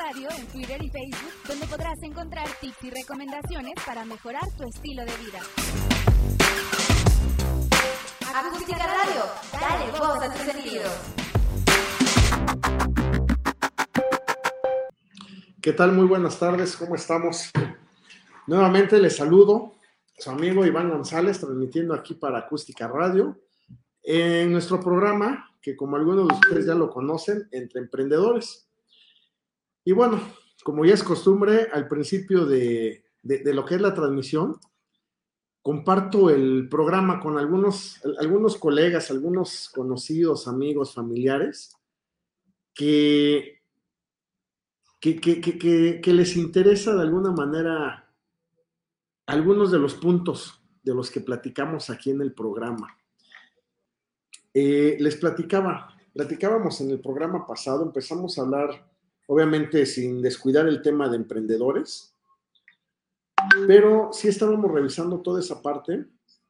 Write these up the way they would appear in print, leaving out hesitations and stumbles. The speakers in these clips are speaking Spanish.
Radio en Twitter y Facebook, donde podrás encontrar tips y recomendaciones para mejorar tu estilo de vida. Acústica Radio, dale voz a tus sentidos. ¿Qué tal? Muy buenas tardes, ¿cómo estamos? Nuevamente les saludo, su amigo Iván González, transmitiendo aquí para Acústica Radio, en nuestro programa, que como algunos de ustedes ya lo conocen, Entre Emprendedores. Y bueno, como ya es costumbre, al principio de lo que es la transmisión, comparto el programa con algunos colegas, algunos conocidos, amigos, familiares, que les interesa de alguna manera algunos de los puntos de los que platicamos aquí en el programa. Les platicábamos en el programa pasado, empezamos a hablar, obviamente sin descuidar el tema de emprendedores, pero sí estábamos revisando toda esa parte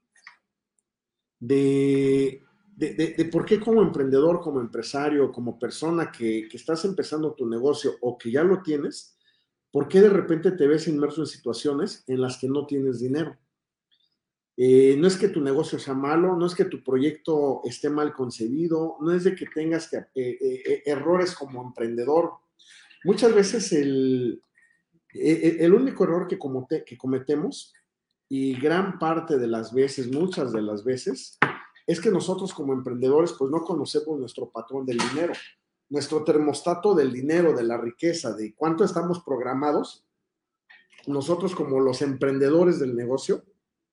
de por qué como emprendedor, como empresario, como persona que estás empezando tu negocio o que ya lo tienes, ¿por qué de repente te ves inmerso en situaciones en las que no tienes dinero? No es que tu negocio sea malo, no es que tu proyecto esté mal concebido, no es de que tengas errores como emprendedor. Muchas veces el único error que cometemos, y gran parte de las veces, muchas de las veces, es que nosotros como emprendedores pues no conocemos nuestro patrón del dinero, nuestro termostato del dinero, de la riqueza, de cuánto estamos programados, nosotros como los emprendedores del negocio,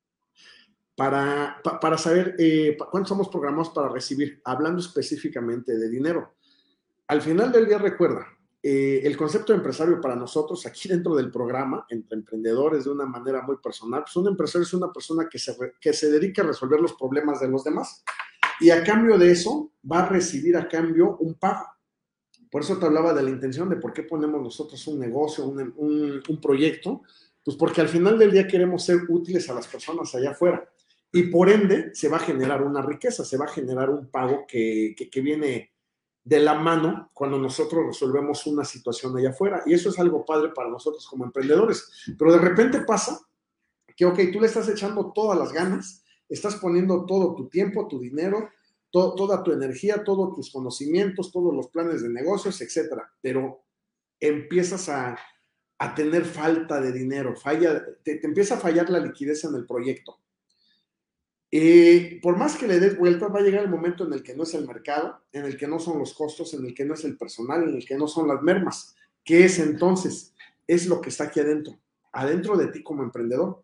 para saber cuánto estamos programados para recibir, hablando específicamente de dinero. Al final del día, recuerda, el concepto de empresario para nosotros, aquí dentro del programa, Entre Emprendedores, de una manera muy personal, pues un empresario es una persona que se dedica a resolver los problemas de los demás y a cambio de eso va a recibir a cambio un pago. Por eso te hablaba de la intención de por qué ponemos nosotros un negocio, un proyecto, pues porque al final del día queremos ser útiles a las personas allá afuera y por ende se va a generar una riqueza, se va a generar un pago que viene de la mano cuando nosotros resolvemos una situación allá afuera. Y eso es algo padre para nosotros como emprendedores. Pero de repente pasa que, ok, tú le estás echando todas las ganas, estás poniendo todo tu tiempo, tu dinero, toda tu energía, todos tus conocimientos, todos los planes de negocios, etcétera. Pero empiezas a tener falta de dinero, te empieza a fallar la liquidez en el proyecto. Por más que le des vueltas, va a llegar el momento en el que no es el mercado, en el que no son los costos, en el que no es el personal, en el que no son las mermas. ¿Qué es entonces? Es lo que está aquí adentro de ti como emprendedor.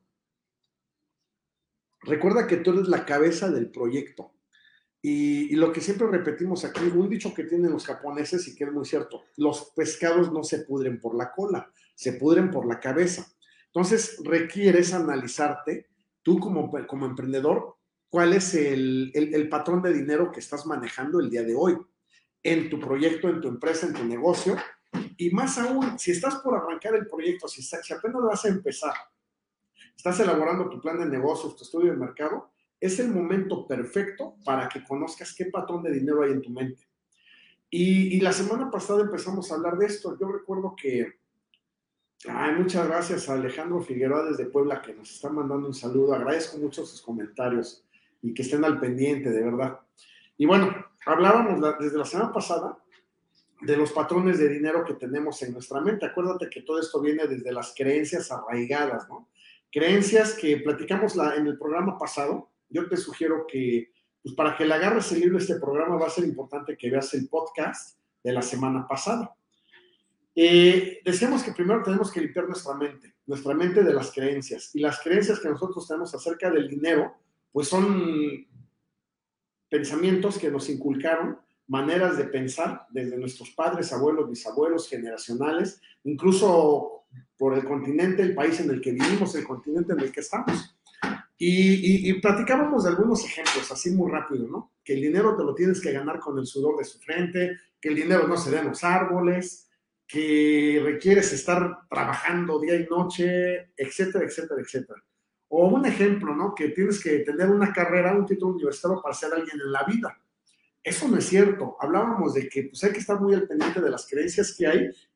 Recuerda que tú eres la cabeza del proyecto. Y lo que siempre repetimos aquí, un dicho que tienen los japoneses y que es muy cierto, los pescados no se pudren por la cola, se pudren por la cabeza. Entonces requieres analizarte tú como emprendedor, cuál es el patrón de dinero que estás manejando el día de hoy en tu proyecto, en tu empresa, en tu negocio, y más aún, si estás por arrancar el proyecto, si apenas vas a empezar, estás elaborando tu plan de negocios, tu estudio de mercado, es el momento perfecto para que conozcas qué patrón de dinero hay en tu mente. Y la semana pasada empezamos a hablar de esto. Yo recuerdo que muchas gracias a Alejandro Figueroa desde Puebla, que nos está mandando un saludo. Agradezco mucho sus comentarios y que estén al pendiente, de verdad. Y bueno, hablábamos desde la semana pasada de los patrones de dinero que tenemos en nuestra mente. Acuérdate que todo esto viene desde las creencias arraigadas, ¿no? Creencias que platicamos en el programa pasado. Yo te sugiero que, pues para que le agarres el libro a este programa, va a ser importante que veas el podcast de la semana pasada. Decíamos que primero tenemos que limpiar nuestra mente de las creencias. Y las creencias que nosotros tenemos acerca del dinero, pues son pensamientos que nos inculcaron, maneras de pensar desde nuestros padres, abuelos, bisabuelos, generacionales, incluso por el continente, el país en el que vivimos, el continente en el que estamos. Y platicábamos de algunos ejemplos, así muy rápido, ¿no? Que el dinero te lo tienes que ganar con el sudor de su frente, que el dinero no se da en los árboles, que requieres estar trabajando día y noche, etcétera, etcétera, etcétera. O un ejemplo, ¿no? Que tienes que tener una carrera, un título universitario para ser alguien en la vida. Eso no es cierto. Hablábamos de que pues, hay que estar muy al pendiente de las creencias que hay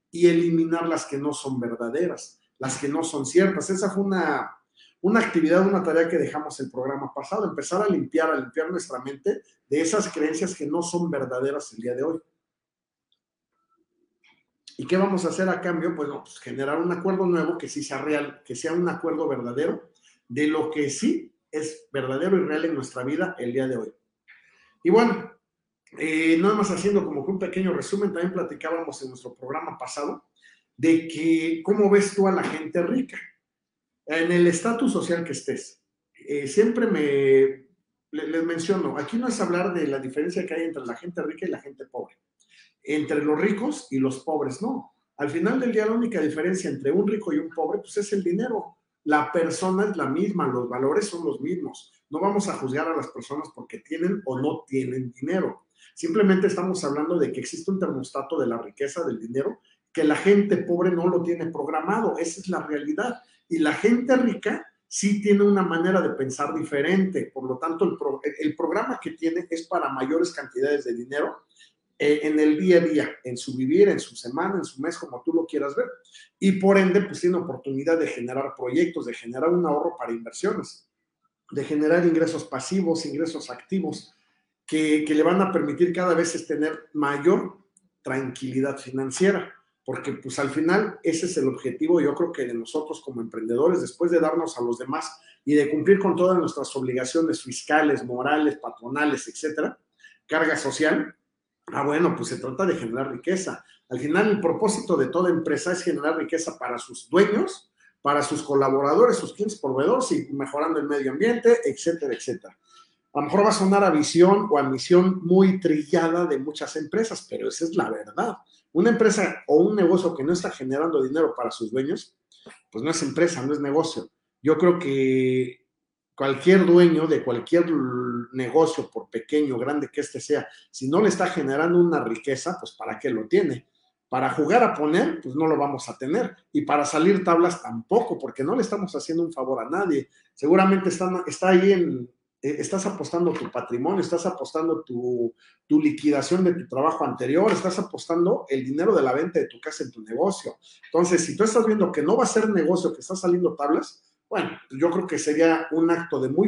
y eliminar las que no son verdaderas, las que no son ciertas. Esa fue una actividad, una tarea que dejamos el programa pasado, empezar a limpiar nuestra mente de esas creencias que no son verdaderas el día de hoy. ¿Y qué vamos a hacer a cambio? Pues, no, pues generar un acuerdo nuevo que sí sea real, que sea un acuerdo verdadero de lo que sí es verdadero y real en nuestra vida el día de hoy. Y bueno, nada más haciendo como que un pequeño resumen, también platicábamos en nuestro programa pasado de que cómo ves tú a la gente rica en el estatus social que estés. Siempre les menciono, aquí no es hablar de la diferencia que hay entre la gente rica y la gente pobre, entre los ricos y los pobres, no. Al final del día la única diferencia entre un rico y un pobre pues es el dinero. La persona es la misma, los valores son los mismos. No vamos a juzgar a las personas porque tienen o no tienen dinero. Simplemente estamos hablando de que existe un termostato de la riqueza, del dinero, que la gente pobre no lo tiene programado. Esa es la realidad. Y la gente rica sí tiene una manera de pensar diferente. Por lo tanto, el programa que tiene es para mayores cantidades de dinero en el día a día, en su vivir, en su semana, en su mes, como tú lo quieras ver. Y por ende, pues tiene oportunidad de generar proyectos, de generar un ahorro para inversiones, de generar ingresos pasivos, ingresos activos, que le van a permitir cada vez tener mayor tranquilidad financiera. Porque pues al final ese es el objetivo, yo creo que de nosotros como emprendedores, después de darnos a los demás y de cumplir con todas nuestras obligaciones fiscales, morales, patronales, etcétera, carga social. Bueno, pues se trata de generar riqueza. Al final, el propósito de toda empresa es generar riqueza para sus dueños, para sus colaboradores, sus clientes, proveedores y mejorando el medio ambiente, etcétera, etcétera. A lo mejor va a sonar a visión o a misión muy trillada de muchas empresas, pero esa es la verdad. Una empresa o un negocio que no está generando dinero para sus dueños, pues no es empresa, no es negocio. Yo creo que cualquier dueño de cualquier negocio, por pequeño o grande que sea, si no le está generando una riqueza, pues ¿para qué lo tiene? Para jugar a poner, pues no lo vamos a tener. Y para salir tablas tampoco, porque no le estamos haciendo un favor a nadie. Seguramente está ahí estás apostando tu patrimonio, estás apostando tu liquidación de tu trabajo anterior, estás apostando el dinero de la venta de tu casa en tu negocio. Entonces, si tú estás viendo que no va a ser negocio, que está saliendo tablas, bueno, yo creo que sería un acto de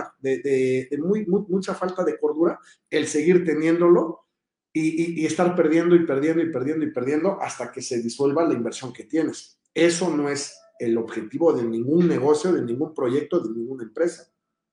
mucha falta de cordura el seguir teniéndolo y estar perdiendo y perdiendo y perdiendo y perdiendo hasta que se disuelva la inversión que tienes. Eso no es el objetivo de ningún negocio, de ningún proyecto, de ninguna empresa.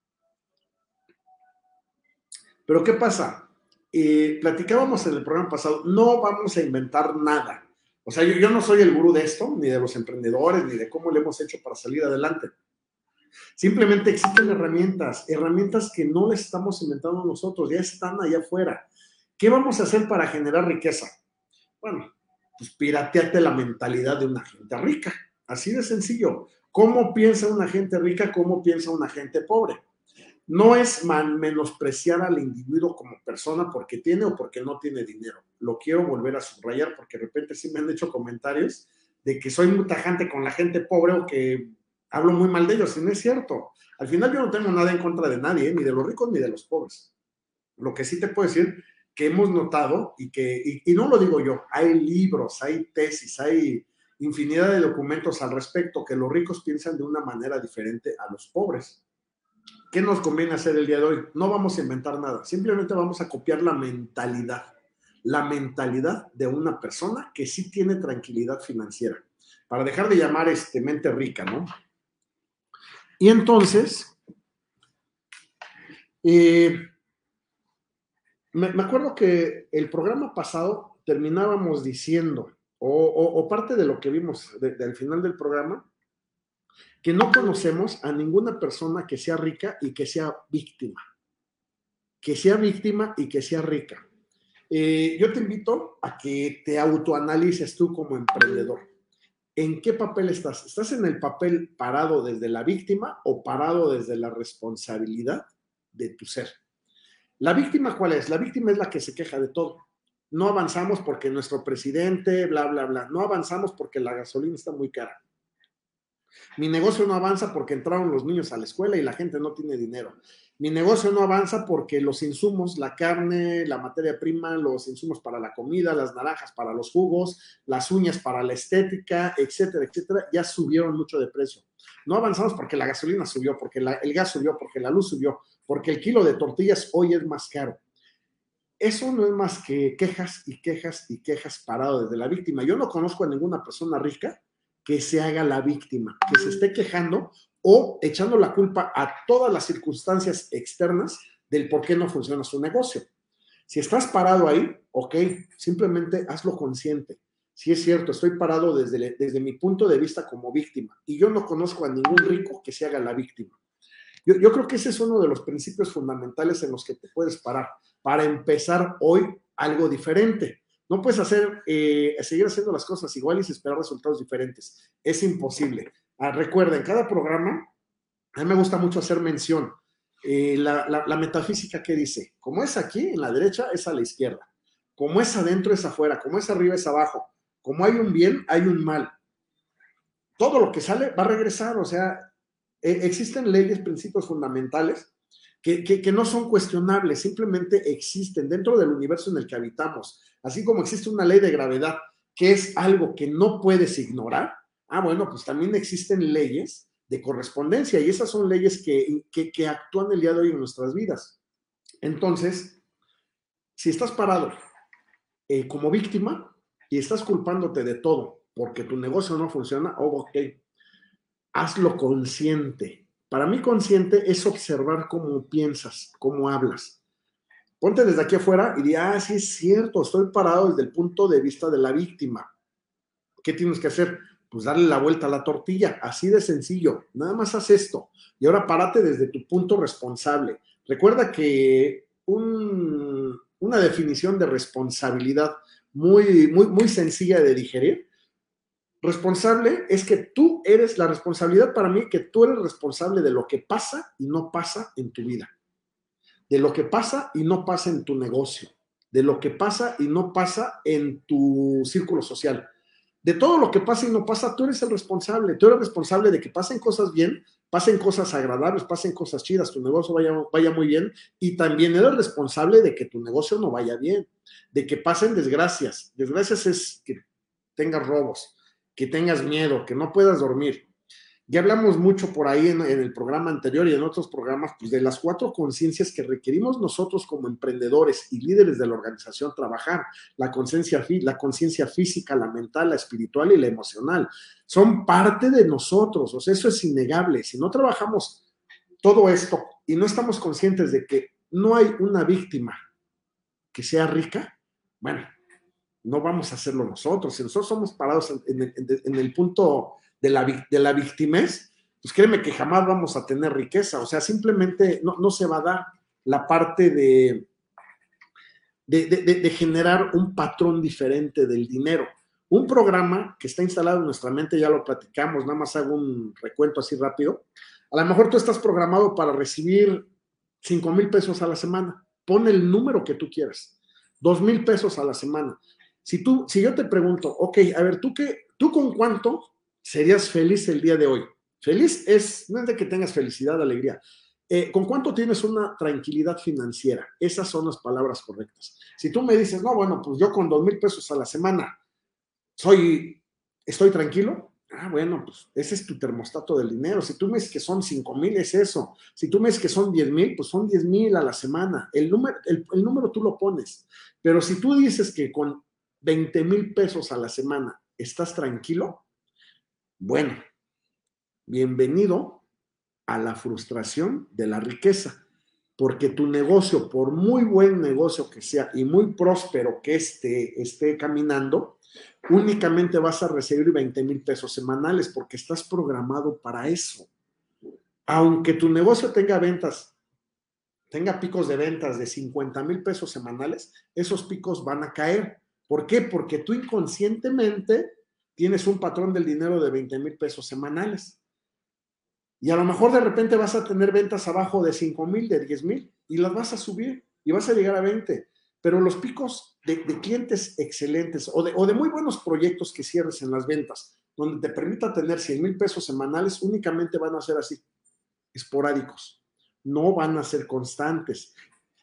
Pero ¿qué pasa? Platicábamos en el programa pasado, no vamos a inventar nada. O sea, yo no soy el gurú de esto, ni de los emprendedores, ni de cómo le hemos hecho para salir adelante. Simplemente existen herramientas que no les estamos inventando nosotros, ya están allá afuera. ¿Qué vamos a hacer para generar riqueza? Bueno, pues pirateate la mentalidad de una gente rica, así de sencillo. ¿Cómo piensa una gente rica? ¿Cómo piensa una gente pobre? No es menospreciar al individuo como persona porque tiene o porque no tiene dinero. Lo quiero volver a subrayar porque de repente sí me han hecho comentarios de que soy muy tajante con la gente pobre o que hablo muy mal de ellos, y no es cierto. Al final yo no tengo nada en contra de nadie, ni de los ricos ni de los pobres. Lo que sí te puedo decir que hemos notado y no lo digo yo, hay libros, hay tesis, hay infinidad de documentos al respecto que los ricos piensan de una manera diferente a los pobres. ¿Qué nos conviene hacer el día de hoy? No vamos a inventar nada, simplemente vamos a copiar la mentalidad de una persona que sí tiene tranquilidad financiera, para dejar de llamar mente rica, ¿no? Y entonces, me acuerdo que el programa pasado terminábamos diciendo, o parte de lo que vimos al final del programa, que no conocemos a ninguna persona que sea rica y que sea víctima. Que sea víctima y que sea rica. Yo te invito a que te autoanalices tú como emprendedor. ¿En qué papel estás? ¿Estás en el papel parado desde la víctima o parado desde la responsabilidad de tu ser? ¿La víctima cuál es? La víctima es la que se queja de todo. No avanzamos porque nuestro presidente, bla, bla, bla. No avanzamos porque la gasolina está muy cara. Mi negocio no avanza porque entraron los niños a la escuela y la gente no tiene dinero. Mi negocio no avanza porque los insumos, la carne, la materia prima, los insumos para la comida, las naranjas para los jugos, las uñas para la estética, etcétera, etcétera, ya subieron mucho de precio. No avanzamos porque la gasolina subió, porque el gas subió, porque la luz subió, porque el kilo de tortillas hoy es más caro. Eso no es más que quejas y quejas y quejas parado desde la víctima. Yo no conozco a ninguna persona rica que se haga la víctima, que se esté quejando o echando la culpa a todas las circunstancias externas del por qué no funciona su negocio. Si estás parado ahí, ok, simplemente hazlo consciente. Si es cierto, estoy parado desde mi punto de vista como víctima y yo no conozco a ningún rico que se haga la víctima. Yo creo que ese es uno de los principios fundamentales en los que te puedes parar para empezar hoy algo diferente. No puedes seguir haciendo las cosas iguales y esperar resultados diferentes. Es imposible. Recuerda, en cada programa, a mí me gusta mucho hacer mención. La metafísica que dice, como es aquí, en la derecha, es a la izquierda. Como es adentro, es afuera. Como es arriba, es abajo. Como hay un bien, hay un mal. Todo lo que sale va a regresar, o sea, existen leyes, principios fundamentales que no son cuestionables, simplemente existen dentro del universo en el que habitamos. Así como existe una ley de gravedad, que es algo que no puedes ignorar, bueno, pues también existen leyes de correspondencia y esas son leyes que actúan el día de hoy en nuestras vidas. Entonces, si estás parado como víctima y estás culpándote de todo porque tu negocio no funciona, ok, hazlo consciente. Para mí consciente es observar cómo piensas, cómo hablas. Ponte desde aquí afuera y di, sí es cierto, estoy parado desde el punto de vista de la víctima. ¿Qué tienes que hacer? Pues darle la vuelta a la tortilla, así de sencillo. Nada más haz esto. Y ahora párate desde tu punto responsable. Recuerda que una definición de responsabilidad muy sencilla de digerir. Responsable es que tú eres, la responsabilidad para mí, que tú eres responsable de lo que pasa y no pasa en tu vida, de lo que pasa y no pasa en tu negocio, de lo que pasa y no pasa en tu círculo social. De todo lo que pasa y no pasa, tú eres el responsable. Tú eres responsable de que pasen cosas bien, pasen cosas agradables, pasen cosas chidas, tu negocio vaya muy bien, y también eres responsable de que tu negocio no vaya bien, de que pasen desgracias. Desgracias es que tengas robos, que tengas miedo, que no puedas dormir. Ya hablamos mucho por ahí en el programa anterior y en otros programas, pues, de las 4 conciencias que requerimos nosotros como emprendedores y líderes de la organización trabajar. La conciencia física, la mental, la espiritual y la emocional. Son parte de nosotros, o sea, eso es innegable. Si no trabajamos todo esto y no estamos conscientes de que no hay una víctima que sea rica, bueno, no vamos a hacerlo nosotros. Si nosotros somos parados en el punto de la victimez, pues créeme que jamás vamos a tener riqueza. O sea, simplemente no se va a dar la parte de generar un patrón diferente del dinero. Un programa que está instalado en nuestra mente, ya lo platicamos, nada más hago un recuento así rápido. A lo mejor tú estás programado para recibir 5,000 pesos a la semana. Pon el número que tú quieras. 2,000 pesos a la semana. Si yo te pregunto, ok, a ver, ¿tú con cuánto serías feliz el día de hoy? Feliz no es de que tengas felicidad, alegría. ¿Con cuánto tienes una tranquilidad financiera? Esas son las palabras correctas. Si tú me dices, no, bueno, pues yo con 2,000 pesos a la semana estoy tranquilo, bueno, pues ese es tu termostato del dinero. Si tú me dices que son 5,000, es eso. Si tú me dices que son 10,000, pues son 10,000 a la semana. El número tú lo pones. Pero si tú dices que con 20,000 pesos a la semana estás tranquilo, bueno, bienvenido a la frustración de la riqueza, porque tu negocio, por muy buen negocio que sea y muy próspero que esté caminando, únicamente vas a recibir 20,000 pesos semanales porque estás programado para eso. Aunque tu negocio tenga picos de ventas de 50,000 pesos semanales, esos picos van a caer. ¿Por qué? Porque tú inconscientemente tienes un patrón del dinero de 20,000 pesos semanales. Y a lo mejor de repente vas a tener ventas abajo de 5,000, de 10,000, y las vas a subir y vas a llegar a 20. Pero los picos de clientes excelentes o de muy buenos proyectos que cierres en las ventas donde te permita tener 100,000 pesos semanales, únicamente van a ser así, esporádicos, no van a ser constantes.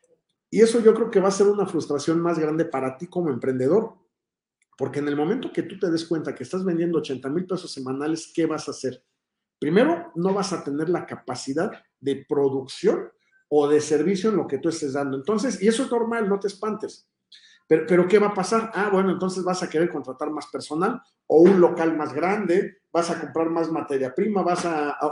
Y eso yo creo que va a ser una frustración más grande para ti como emprendedor, porque en el momento que tú te des cuenta que estás vendiendo 80,000 pesos semanales, ¿qué vas a hacer? Primero, no vas a tener la capacidad de producción o de servicio en lo que tú estés dando. Entonces, y eso es normal, no te espantes. Pero ¿qué va a pasar? Ah, bueno, entonces vas a querer contratar más personal o un local más grande, vas a comprar más materia prima, vas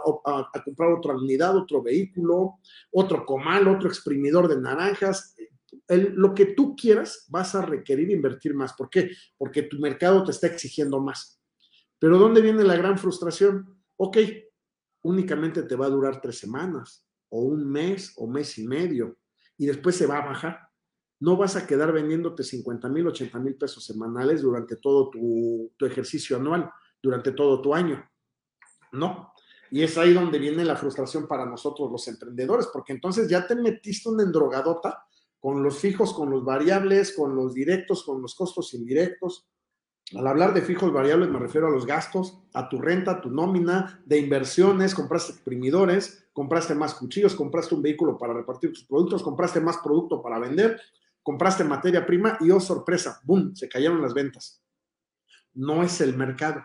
a comprar otra unidad, otro vehículo, otro comal, otro exprimidor de naranjas. Lo que tú quieras, vas a requerir invertir más. ¿Por qué? Porque tu mercado te está exigiendo más. Pero ¿dónde viene la gran frustración? Ok, únicamente te va a durar 3 semanas, o un mes, o mes y medio, y después se va a bajar. No vas a quedar vendiéndote 50,000, 80,000 pesos semanales durante todo tu ejercicio anual, durante todo tu año. No. Y es ahí donde viene la frustración para nosotros los emprendedores, porque entonces ya te metiste una endrogadota con los fijos, con los variables, con los directos, con los costos indirectos. Al hablar de fijos variables me refiero a los gastos, a tu renta, a tu nómina, de inversiones, compraste exprimidores, compraste más cuchillos, compraste un vehículo para repartir tus productos, compraste más producto para vender, compraste materia prima y, oh sorpresa, ¡boom!, se cayeron las ventas. No es el mercado,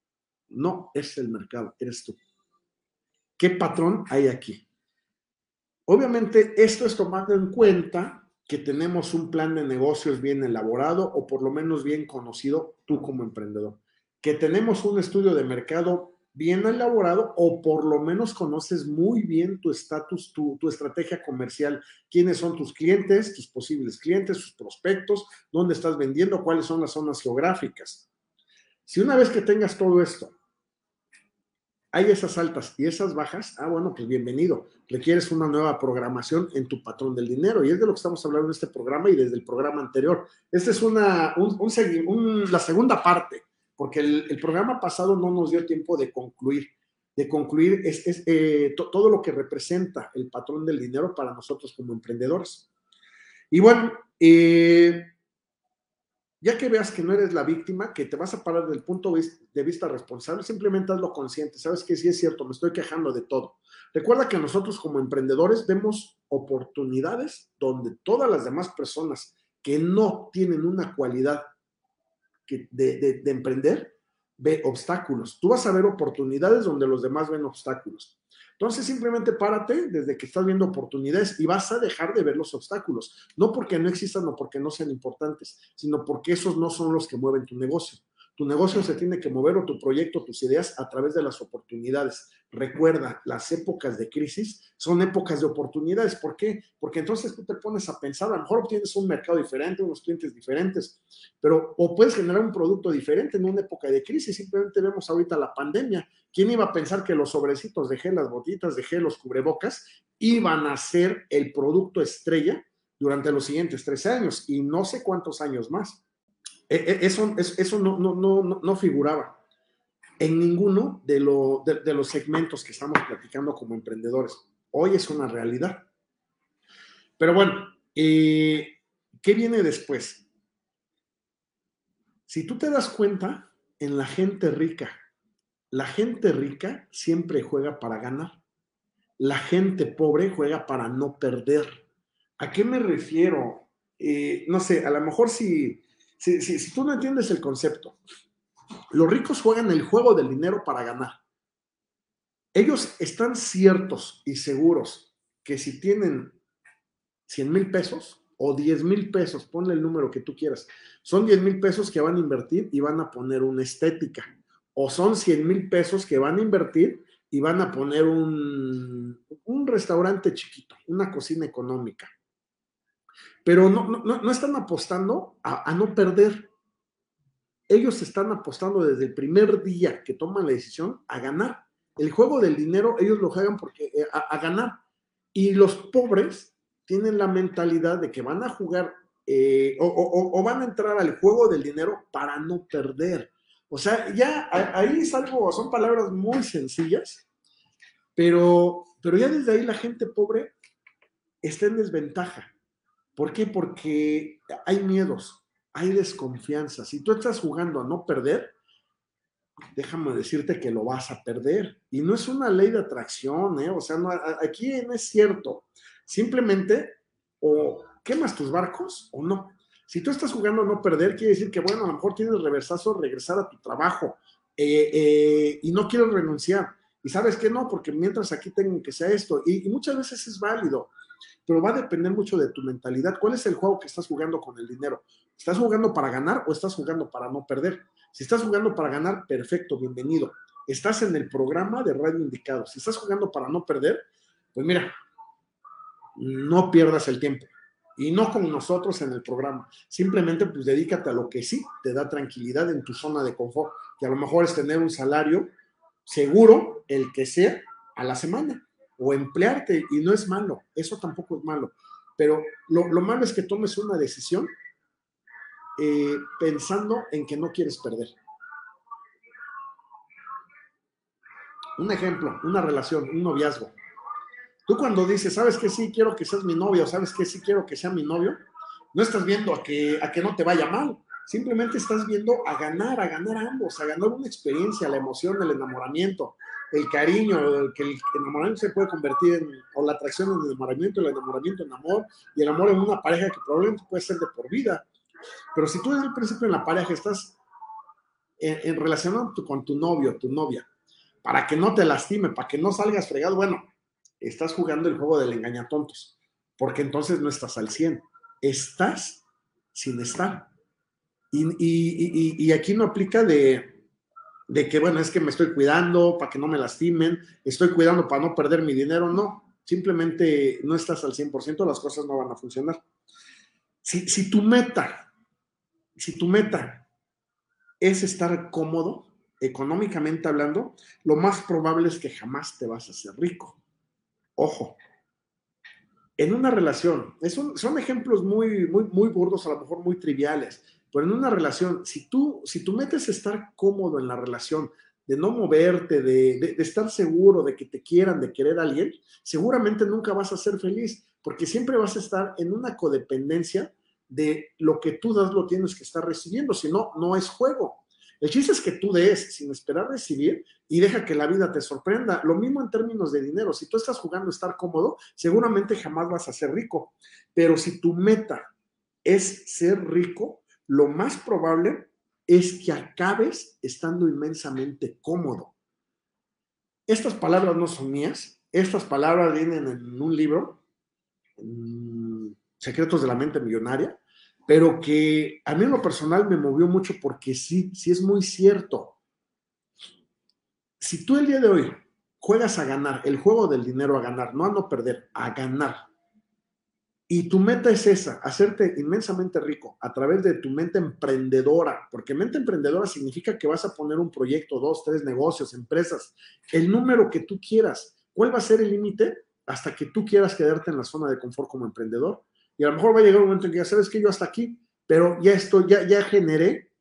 no es el mercado, eres tú. ¿Qué patrón hay aquí? Obviamente esto es tomando en cuenta que tenemos un plan de negocios bien elaborado o por lo menos bien conocido tú como emprendedor, que tenemos un estudio de mercado bien elaborado o por lo menos conoces muy bien tu estatus, tu estrategia comercial, quiénes son tus clientes, tus posibles clientes, sus prospectos, dónde estás vendiendo, cuáles son las zonas geográficas. Si una vez que tengas todo esto, hay esas altas y esas bajas, ah, bueno, pues bienvenido. Requieres una nueva programación en tu patrón del dinero y es de lo que estamos hablando en este programa y desde el programa anterior. Esta es la segunda parte, porque el programa pasado no nos dio tiempo de concluir. Todo lo que representa el patrón del dinero para nosotros como emprendedores. Y bueno, ya que veas que no eres la víctima, que te vas a parar del punto de vista responsable, simplemente hazlo consciente. Sabes que sí es cierto, me estoy quejando de todo. Recuerda que nosotros como emprendedores vemos oportunidades donde todas las demás personas que no tienen una cualidad de emprender, ve obstáculos. Tú vas a ver oportunidades donde los demás ven obstáculos. Entonces simplemente párate desde que estás viendo oportunidades y vas a dejar de ver los obstáculos. No porque no existan o porque no sean importantes, sino porque esos no son los que mueven tu negocio. Tu negocio se tiene que mover o tu proyecto, tus ideas a través de las oportunidades. Recuerda, las épocas de crisis son épocas de oportunidades. ¿Por qué? Porque entonces tú te pones a pensar, a lo mejor obtienes un mercado diferente, unos clientes diferentes, pero o puedes generar un producto diferente en una época de crisis. Simplemente vemos ahorita la pandemia. ¿Quién iba a pensar que los sobrecitos de gel, las botitas de gel, los cubrebocas, iban a ser el producto estrella durante los siguientes 13 años y no sé cuántos años más? Eso no figuraba en ninguno de los segmentos que estamos platicando como emprendedores. Hoy es una realidad. Pero bueno, ¿qué viene después? Si tú te das cuenta, en la gente rica siempre juega para ganar. La gente pobre juega para no perder. ¿A qué me refiero? No sé, a lo mejor si tú no entiendes el concepto, los ricos juegan el juego del dinero para ganar. Ellos están ciertos y seguros que si tienen 100,000 pesos o 10,000 pesos, ponle el número que tú quieras, son 10,000 pesos que van a invertir y van a poner una estética, o son 100,000 pesos que van a invertir y van a poner un restaurante chiquito, una cocina económica. Pero no están apostando a no perder. Ellos están apostando desde el primer día que toman la decisión a ganar. El juego del dinero ellos lo juegan porque, a ganar. Y los pobres tienen la mentalidad de que van a jugar o van a entrar al juego del dinero para no perder. O sea, ya ahí es algo, son palabras muy sencillas, pero ya desde ahí la gente pobre está en desventaja. ¿Por qué? Porque hay miedos, hay desconfianza. Si tú estás jugando a no perder, déjame decirte que lo vas a perder. Y no es una ley de atracción, ¿eh? O sea, no, aquí no es cierto. Simplemente o quemas tus barcos o no. Si tú estás jugando a no perder, quiere decir que, bueno, a lo mejor tienes reversazo, regresar a tu trabajo y no quieres renunciar. Y sabes que no, porque mientras aquí tengo que sea esto. Y muchas veces es válido, pero va a depender mucho de tu mentalidad. ¿Cuál es el juego que estás jugando con el dinero? ¿Estás jugando para ganar o estás jugando para no perder? Si estás jugando para ganar, perfecto, bienvenido. Estás en el programa de radio indicado. Si estás jugando para no perder, pues mira, no pierdas el tiempo. Y no con nosotros en el programa. Simplemente pues dedícate a lo que sí te da tranquilidad en tu zona de confort, que a lo mejor es tener un salario seguro, el que sea, a la semana, o emplearte, y no es malo, eso tampoco es malo. Pero lo malo es que tomes una decisión pensando en que no quieres perder. Un ejemplo, una relación, un noviazgo. Tú cuando dices, ¿sabes qué? Sí, quiero que seas mi novia, o ¿sabes qué? Sí, quiero que sea mi novio, no estás viendo a que no te vaya mal. Simplemente estás viendo a ganar ambos, a ganar una experiencia, la emoción, el enamoramiento, el cariño, que el enamoramiento se puede convertir en, o la atracción en enamoramiento, el enamoramiento en amor, y el amor en una pareja que probablemente puede ser de por vida. Pero si tú desde el principio en la pareja estás en relación con tu novio, tu novia, para que no te lastime, para que no salgas fregado, bueno, estás jugando el juego del engañatontos, porque entonces no estás al 100, estás sin estar. Y aquí no aplica de que, bueno, es que me estoy cuidando para que no me lastimen, estoy cuidando para no perder mi dinero, no, simplemente no estás al 100%, las cosas no van a funcionar. Si tu meta, si tu meta es estar cómodo, económicamente hablando, lo más probable es que jamás te vas a hacer rico. Ojo, en una relación, son ejemplos muy burdos, a lo mejor muy triviales, pero en una relación, si tú metes estar cómodo en la relación, de no moverte, de estar seguro de que te quieran, de querer a alguien, seguramente nunca vas a ser feliz, porque siempre vas a estar en una codependencia de lo que tú das, lo tienes que estar recibiendo, si no, no es juego. El chiste es que tú des sin esperar recibir y deja que la vida te sorprenda. Lo mismo en términos de dinero. Si tú estás jugando a estar cómodo, seguramente jamás vas a ser rico. Pero si tu meta es ser rico, lo más probable es que acabes estando inmensamente cómodo. Estas palabras no son mías. Estas palabras vienen en un libro, Secretos de la Mente Millonaria, pero que a mí en lo personal me movió mucho porque sí, sí es muy cierto. Si tú el día de hoy juegas a ganar, el juego del dinero a ganar, no a no perder, a ganar, y tu meta es esa, hacerte inmensamente rico a través de tu mente emprendedora, porque mente emprendedora significa que vas a poner un proyecto, dos, tres negocios, empresas, el número que tú quieras. ¿Cuál va a ser el límite? Hasta que tú quieras quedarte en la zona de confort como emprendedor. Y a lo mejor va a llegar un momento en que ya sabes que yo hasta aquí, pero ya generé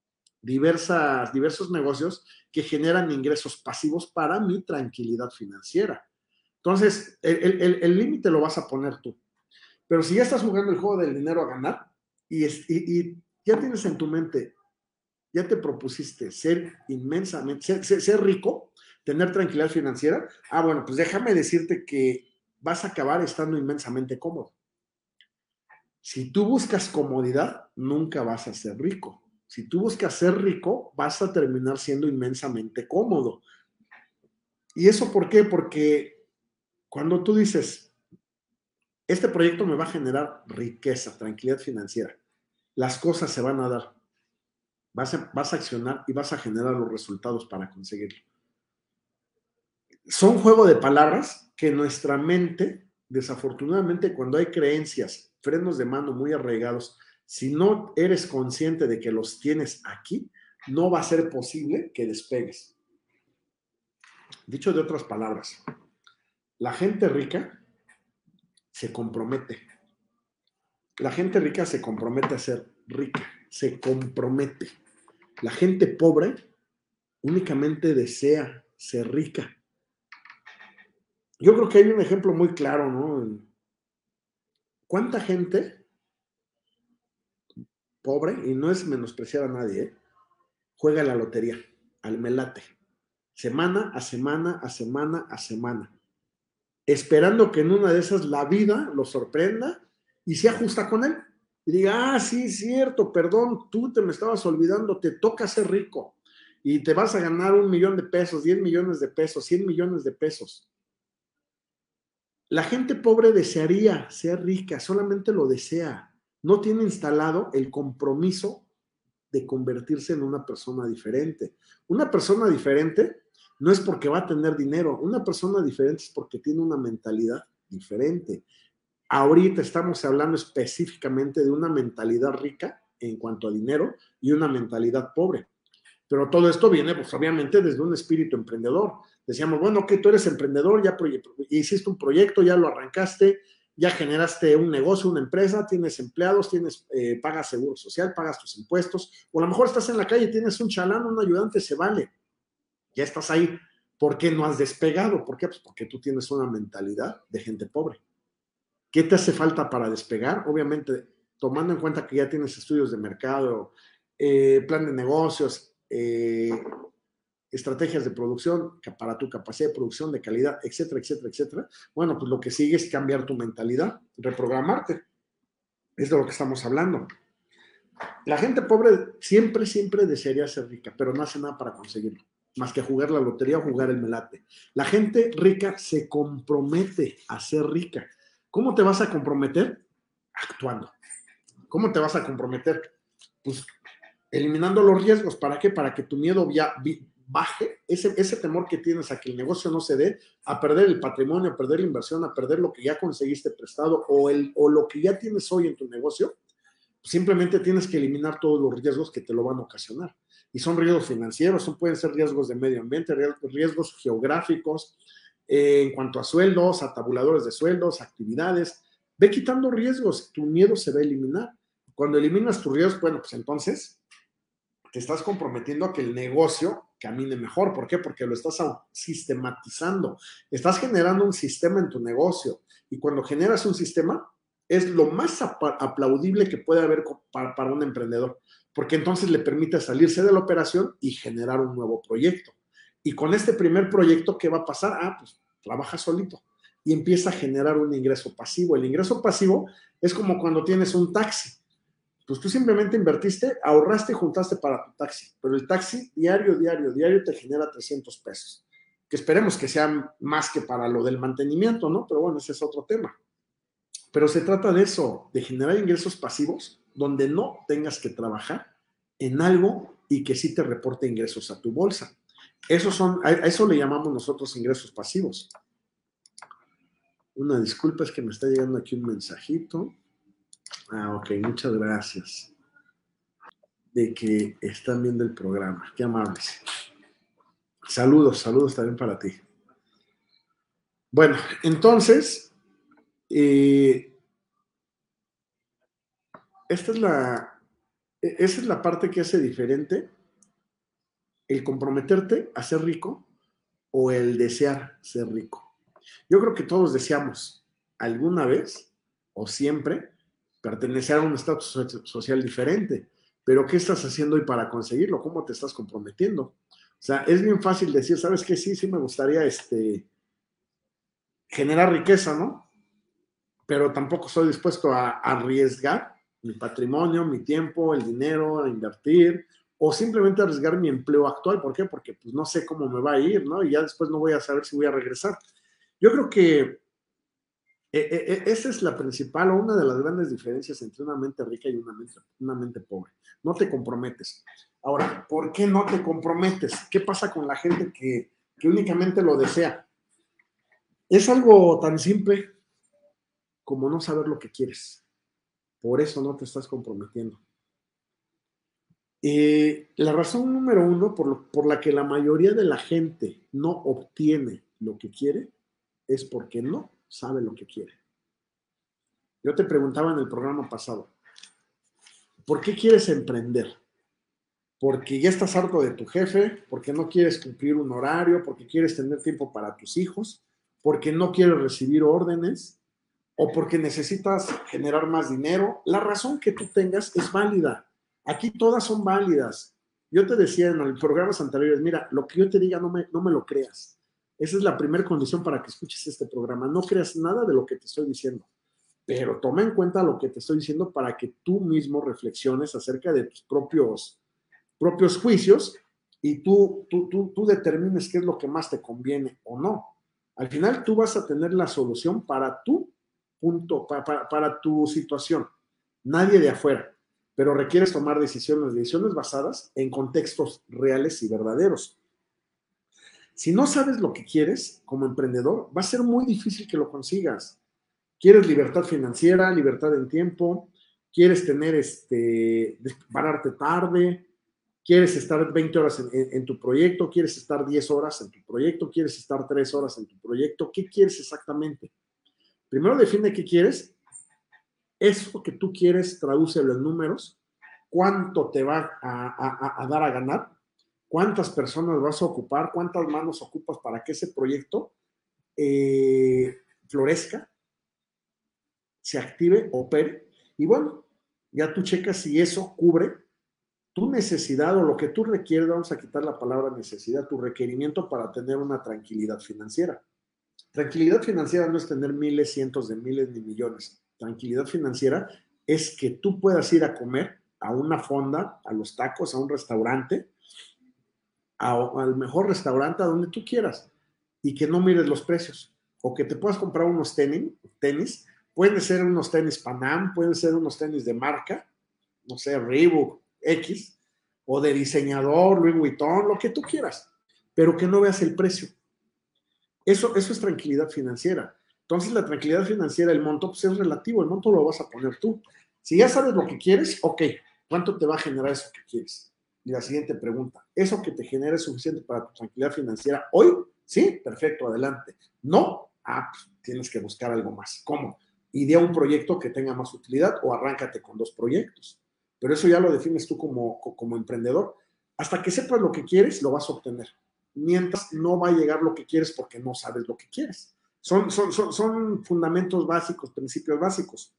diversos negocios que generan ingresos pasivos para mi tranquilidad financiera. Entonces, el límite lo vas a poner tú. Pero si ya estás jugando el juego del dinero a ganar y ya tienes en tu mente, ya te propusiste ser inmensamente, ser rico, tener tranquilidad financiera, bueno, pues déjame decirte que vas a acabar estando inmensamente cómodo. Si tú buscas comodidad, nunca vas a ser rico. Si tú buscas ser rico, vas a terminar siendo inmensamente cómodo. ¿Y eso por qué? Porque cuando tú dices, este proyecto me va a generar riqueza, tranquilidad financiera, las cosas se van a dar. Vas a accionar y vas a generar los resultados para conseguirlo. Son juego de palabras que nuestra mente, desafortunadamente, cuando hay creencias, frenos de mano muy arraigados, si no eres consciente de que los tienes aquí, no va a ser posible que despegues. Dicho de otras palabras, la gente rica se compromete. La gente rica se compromete a ser rica, se compromete. La gente pobre únicamente desea ser rica. Yo creo que hay un ejemplo muy claro, ¿no? ¿Cuánta gente pobre, y no es menospreciar a nadie, juega la lotería? al melate, semana a semana, a semana, a semana, esperando que en una de esas la vida lo sorprenda y se ajusta con él. Y diga, sí, cierto, perdón, tú te me estabas olvidando, te toca ser rico y te vas a ganar 1 millón de pesos, 10 millones de pesos, 100 millones de pesos. La gente pobre desearía ser rica, solamente lo desea. No tiene instalado el compromiso de convertirse en una persona diferente. Una persona diferente no es porque va a tener dinero, una persona diferente es porque tiene una mentalidad diferente. Ahorita estamos hablando específicamente de una mentalidad rica en cuanto a dinero y una mentalidad pobre. Pero todo esto viene, pues obviamente, desde un espíritu emprendedor. Decíamos, bueno, que tú eres emprendedor, ya hiciste un proyecto, ya lo arrancaste, ya generaste un negocio, una empresa, tienes empleados, pagas seguro social, pagas tus impuestos, o a lo mejor estás en la calle, tienes un chalán, un ayudante, se vale. Ya estás ahí. ¿Por qué no has despegado? ¿Por qué? Pues porque tú tienes una mentalidad de gente pobre. ¿Qué te hace falta para despegar? Obviamente, tomando en cuenta que ya tienes estudios de mercado, plan de negocios, estrategias de producción para tu capacidad de producción, de calidad, etcétera, etcétera, etcétera. Bueno, pues lo que sigue es cambiar tu mentalidad, reprogramarte. Es de lo que estamos hablando. La gente pobre siempre, siempre desearía ser rica, pero no hace nada para conseguirlo, más que jugar la lotería o jugar el melate. La gente rica se compromete a ser rica. ¿Cómo te vas a comprometer? Actuando. ¿Cómo te vas a comprometer? Pues eliminando los riesgos. ¿Para qué? Para que tu miedo baje, ese temor que tienes a que el negocio no se dé, a perder el patrimonio, a perder la inversión, a perder lo que ya conseguiste prestado o lo que ya tienes hoy en tu negocio. Simplemente tienes que eliminar todos los riesgos que te lo van a ocasionar. Y son riesgos financieros, pueden ser riesgos de medio ambiente, riesgos geográficos, en cuanto a sueldos, a tabuladores de sueldos, actividades. Ve quitando riesgos, tu miedo se va a eliminar. Cuando eliminas tus riesgos, bueno, pues entonces te estás comprometiendo a que el negocio camine mejor. ¿Por qué? Porque lo estás sistematizando. Estás generando un sistema en tu negocio. Y cuando generas un sistema, es lo más aplaudible que puede haber para un emprendedor, porque entonces le permite salirse de la operación y generar un nuevo proyecto. Y con este primer proyecto, ¿qué va a pasar? Pues trabaja solito y empieza a generar un ingreso pasivo. El ingreso pasivo es como cuando tienes un taxi. Pues tú simplemente invertiste, ahorraste y juntaste para tu taxi, pero el taxi diario te genera 300 pesos, que esperemos que sean más que para lo del mantenimiento, ¿no? Pero bueno, ese es otro tema. Pero se trata de eso, de generar ingresos pasivos donde no tengas que trabajar en algo y que sí te reporte ingresos a tu bolsa. A eso le llamamos nosotros ingresos pasivos. Una disculpa, es que me está llegando aquí un mensajito. Ok, muchas gracias. De que están viendo el programa. Qué amables. Saludos también para ti. Bueno, entonces, esa es la parte que hace diferente el comprometerte a ser rico o el desear ser rico. Yo creo que todos deseamos alguna vez o siempre pertenecer a un estatus social diferente, pero ¿qué estás haciendo hoy para conseguirlo? ¿Cómo te estás comprometiendo? O sea, es bien fácil decir, ¿sabes qué? Sí me gustaría generar riqueza, ¿no? Pero tampoco estoy dispuesto a arriesgar mi patrimonio, mi tiempo, el dinero, a invertir, o simplemente arriesgar mi empleo actual. ¿Por qué? Porque pues no sé cómo me va a ir, ¿no? Y ya después no voy a saber si voy a regresar. Yo creo que esa es la principal o una de las grandes diferencias entre una mente rica y una mente pobre. No te comprometes. Ahora, ¿por qué no te comprometes? ¿Qué pasa con la gente que únicamente lo desea? Es algo tan simple como no saber lo que quieres. Por eso no te estás comprometiendo. La razón número uno por la que la mayoría de la gente no obtiene lo que quiere es porque no sabe lo que quiere. Yo te preguntaba en el programa pasado, ¿por qué quieres emprender? ¿Porque ya estás harto de tu jefe? ¿Porque no quieres cumplir un horario? ¿Porque quieres tener tiempo para tus hijos? ¿Porque no quieres recibir órdenes? ¿O porque necesitas generar más dinero? La razón que tú tengas es válida. Aquí todas son válidas. Yo te decía en los programas anteriores, mira, lo que yo te diga no me lo creas. Esa es la primera condición para que escuches este programa. No creas nada de lo que te estoy diciendo, pero toma en cuenta lo que te estoy diciendo para que tú mismo reflexiones acerca de tus propios juicios y tú determines qué es lo que más te conviene o no. Al final tú vas a tener la solución para tu punto, para tu situación. Nadie de afuera, pero requieres tomar decisiones basadas en contextos reales y verdaderos. Si no sabes lo que quieres como emprendedor, va a ser muy difícil que lo consigas. ¿Quieres libertad financiera, libertad en tiempo? ¿Quieres tener pararte tarde? ¿Quieres estar 20 horas en tu proyecto? ¿Quieres estar 10 horas en tu proyecto? ¿Quieres estar 3 horas en tu proyecto? ¿Qué quieres exactamente? Primero define qué quieres. Eso que tú quieres, tradúcelo en números. ¿Cuánto te va a dar a ganar? ¿Cuántas personas vas a ocupar? ¿Cuántas manos ocupas para que ese proyecto florezca, se active, opere? Y bueno, ya tú checas si eso cubre tu necesidad o lo que tú requieres. Vamos a quitar la palabra necesidad, tu requerimiento para tener una tranquilidad financiera. Tranquilidad financiera no es tener miles, cientos de miles ni millones. Tranquilidad financiera es que tú puedas ir a comer a una fonda, a los tacos, a un restaurante, al mejor restaurante, a donde tú quieras, y que no mires los precios, o que te puedas comprar unos tenis, pueden ser unos tenis Panam, pueden ser unos tenis de marca, no sé, Reebok, X, o de diseñador, Louis Vuitton, lo que tú quieras, pero que no veas el precio. Eso es tranquilidad financiera. Entonces, la tranquilidad financiera, el monto, pues es relativo, el monto lo vas a poner tú. Si ya sabes lo que quieres, ok, ¿cuánto te va a generar eso que quieres? Y la siguiente pregunta, ¿eso que te genera es suficiente para tu tranquilidad financiera hoy? Sí, perfecto, adelante. No, pues tienes que buscar algo más. ¿Cómo? Idea un proyecto que tenga más utilidad o arráncate con 2 proyectos. Pero eso ya lo defines tú como emprendedor. Hasta que sepas lo que quieres, lo vas a obtener. Mientras no va a llegar lo que quieres porque no sabes lo que quieres. Son fundamentos básicos, principios básicos.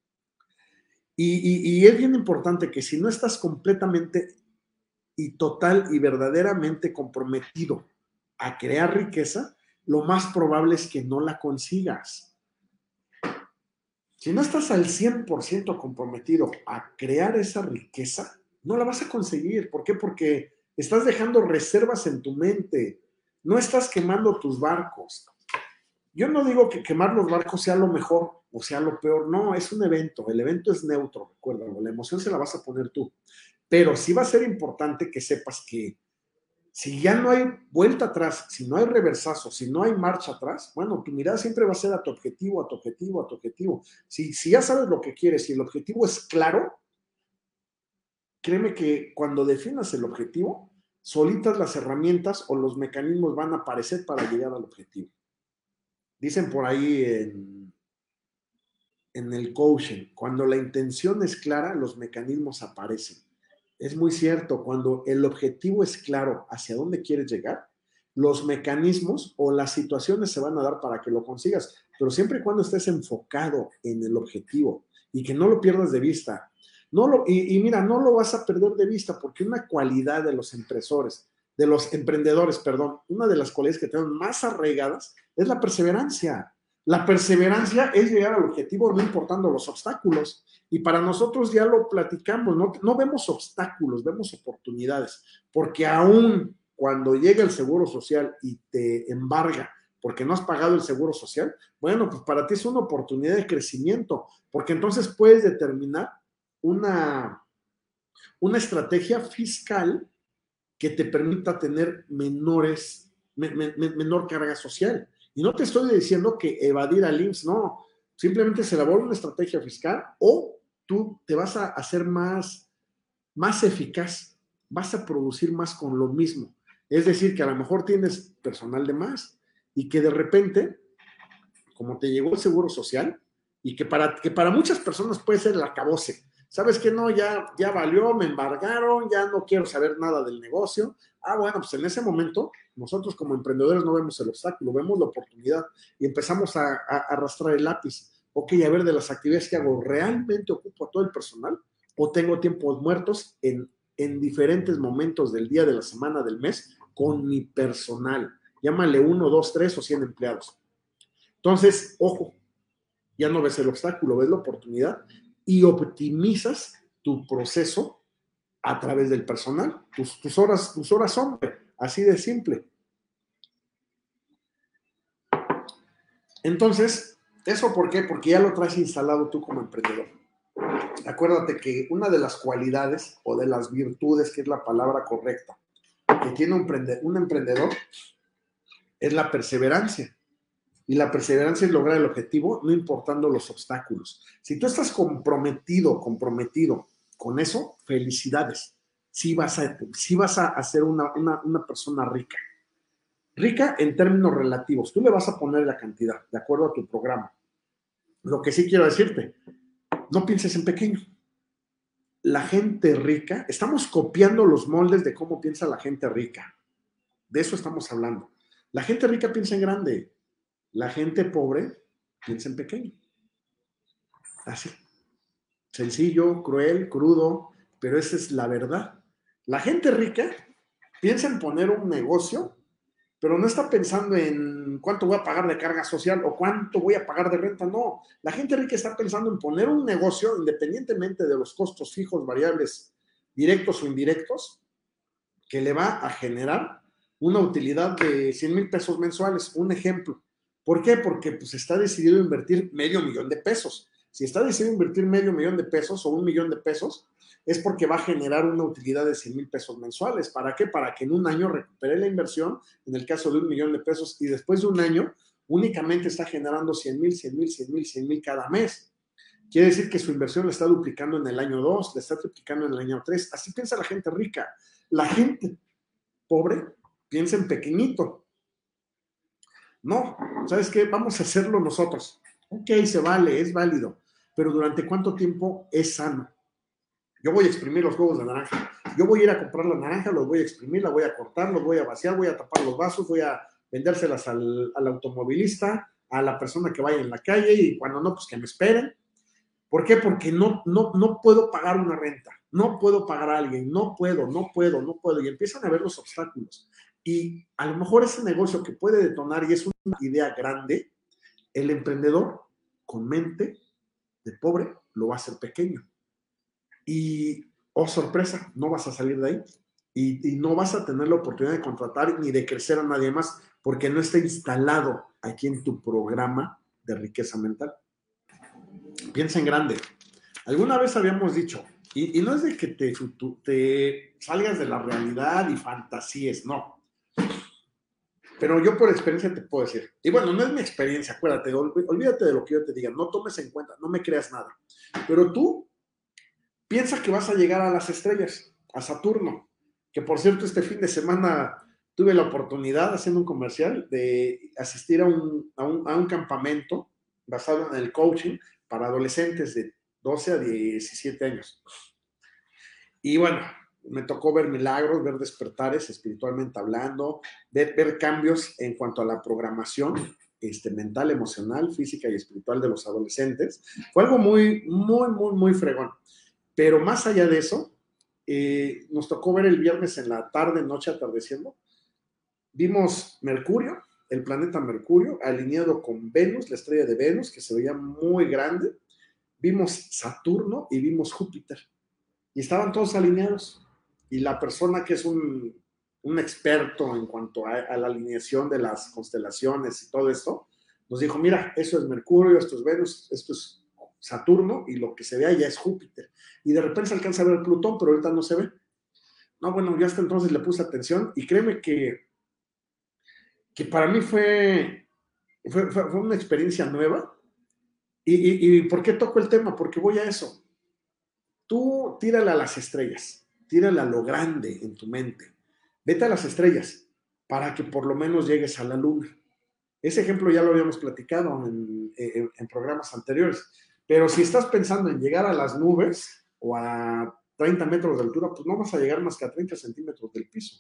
Y es bien importante que si no estás completamente y total y verdaderamente comprometido a crear riqueza, lo más probable es que no la consigas. Si no estás al 100% comprometido a crear esa riqueza, no la vas a conseguir. ¿Por qué? Porque estás dejando reservas en tu mente, no estás quemando tus barcos. Yo no digo que quemar los barcos sea lo mejor o sea lo peor, no, es un evento, el evento es neutro, recuerda, la emoción se la vas a poner tú, pero sí va a ser importante que sepas que si ya no hay vuelta atrás, si no hay reversazo, si no hay marcha atrás, bueno, tu mirada siempre va a ser a tu objetivo, a tu objetivo, a tu objetivo. Si ya sabes lo que quieres y el objetivo es claro, créeme que cuando definas el objetivo, solitas las herramientas o los mecanismos van a aparecer para llegar al objetivo. Dicen por ahí en el coaching, cuando la intención es clara, los mecanismos aparecen. Es muy cierto, cuando el objetivo es claro hacia dónde quieres llegar, los mecanismos o las situaciones se van a dar para que lo consigas, pero siempre y cuando estés enfocado en el objetivo y que no lo pierdas de vista. Mira, no lo vas a perder de vista porque una cualidad de los emprendedores, perdón, una de las cualidades que tenemos más arraigadas es la perseverancia. La perseverancia es llegar al objetivo no importando los obstáculos. Y para nosotros ya lo platicamos, no vemos obstáculos, vemos oportunidades. Porque aún cuando llega el seguro social y te embarga porque no has pagado el seguro social, bueno, pues para ti es una oportunidad de crecimiento, porque entonces puedes determinar una estrategia fiscal que te permita tener menor carga social. Y no te estoy diciendo que evadir al IMSS, no. Simplemente se elabora una estrategia fiscal o tú te vas a hacer más eficaz, vas a producir más con lo mismo. Es decir, que a lo mejor tienes personal de más y que de repente, como te llegó el seguro social, y que para muchas personas puede ser el acabose. ¿Sabes qué? No, ya valió, me embargaron, ya no quiero saber nada del negocio. Bueno, pues en ese momento, nosotros como emprendedores no vemos el obstáculo, vemos la oportunidad y empezamos a arrastrar el lápiz. Ok, a ver, de las actividades que hago, ¿realmente ocupo a todo el personal o tengo tiempos muertos en en diferentes momentos del día, de la semana, del mes, con mi personal. Llámale 1, 2, 3 o 100 empleados. Entonces, ojo, ya no ves el obstáculo, ves la oportunidad y optimizas tu proceso a través del personal. Tus horas hombre, así de simple. Entonces, ¿eso por qué? Porque ya lo traes instalado tú como emprendedor. Acuérdate que una de las cualidades o de las virtudes, que es la palabra correcta, que tiene un emprendedor es la perseverancia. Y la perseverancia es lograr el objetivo, no importando los obstáculos. Si tú estás comprometido con eso, felicidades. Sí vas a ser una persona rica. Rica en términos relativos. Tú le vas a poner la cantidad de acuerdo a tu programa. Lo que sí quiero decirte, no pienses en pequeño. La gente rica, estamos copiando los moldes de cómo piensa la gente rica. De eso estamos hablando. La gente rica piensa en grande. La gente pobre piensa en pequeño. Así. Sencillo, cruel, crudo, pero esa es la verdad. La gente rica piensa en poner un negocio, pero no está pensando en cuánto voy a pagar de carga social o cuánto voy a pagar de renta. No, la gente rica está pensando en poner un negocio independientemente de los costos fijos, variables, directos o indirectos, que le va a generar una utilidad de 100,000 pesos mensuales. Un ejemplo. ¿Por qué? Porque pues, está decidido invertir $500,000. Si está decidido invertir $500,000 o $1,000,000, es porque va a generar una utilidad de 100,000 pesos mensuales. ¿Para qué? Para que en un año recupere la inversión, en el caso de $1,000,000, y después de un año únicamente está generando 100,000 cada mes. Quiere decir que su inversión la está duplicando en el año 2, la está duplicando en el año 3. Así piensa la gente rica. La gente pobre piensa en pequeñito. No, ¿sabes qué? Vamos a hacerlo nosotros. Ok, se vale, es válido, pero ¿durante cuánto tiempo es sano? Yo voy a exprimir los jugos de naranja. Yo voy a ir a comprar la naranja, los voy a exprimir, la voy a cortar, los voy a vaciar, voy a tapar los vasos, voy a vendérselas al automovilista, a la persona que vaya en la calle y cuando no, pues que me esperen. ¿Por qué? Porque no puedo pagar una renta, no puedo pagar a alguien, no puedo. Y empiezan a ver los obstáculos. Y a lo mejor ese negocio que puede detonar y es una idea grande, el emprendedor con mente de pobre lo va a hacer pequeño. Y, oh sorpresa, no vas a salir de ahí. Y no vas a tener la oportunidad de contratar ni de crecer a nadie más porque no está instalado aquí en tu programa de riqueza mental. Piensa en grande. Alguna vez habíamos dicho, y no es de que te salgas de la realidad y fantasíes, no. Pero yo por experiencia te puedo decir, y bueno, no es mi experiencia, acuérdate, olvídate de lo que yo te diga, no tomes en cuenta, no me creas nada. Pero tú piensa que vas a llegar a las estrellas, a Saturno, que por cierto este fin de semana tuve la oportunidad, haciendo un comercial, de asistir a un campamento basado en el coaching para adolescentes de 12 a 17 años. Y bueno, me tocó ver milagros, ver despertares espiritualmente hablando, ver cambios en cuanto a la programación mental, emocional, física y espiritual de los adolescentes. Fue algo muy fregón. Pero más allá de eso, nos tocó ver el viernes en la tarde, noche, atardeciendo. Vimos Mercurio, el planeta Mercurio, alineado con Venus, la estrella de Venus, que se veía muy grande. Vimos Saturno y vimos Júpiter. Y estaban todos alineados. Y la persona que es un experto en cuanto a la alineación de las constelaciones y todo esto, nos dijo, mira, eso es Mercurio, esto es Venus, esto es Saturno, y lo que se ve allá es Júpiter. Y de repente se alcanza a ver Plutón, pero ahorita no se ve. No, bueno, yo hasta entonces le puse atención y créeme que para mí fue una experiencia nueva. ¿Y por qué toco el tema? Porque voy a eso. Tú tírale a las estrellas, tírale a lo grande en tu mente. Vete a las estrellas para que por lo menos llegues a la luna. Ese ejemplo ya lo habíamos platicado en programas anteriores. Pero si estás pensando en llegar a las nubes o a 30 metros de altura, pues no vas a llegar más que a 30 centímetros del piso.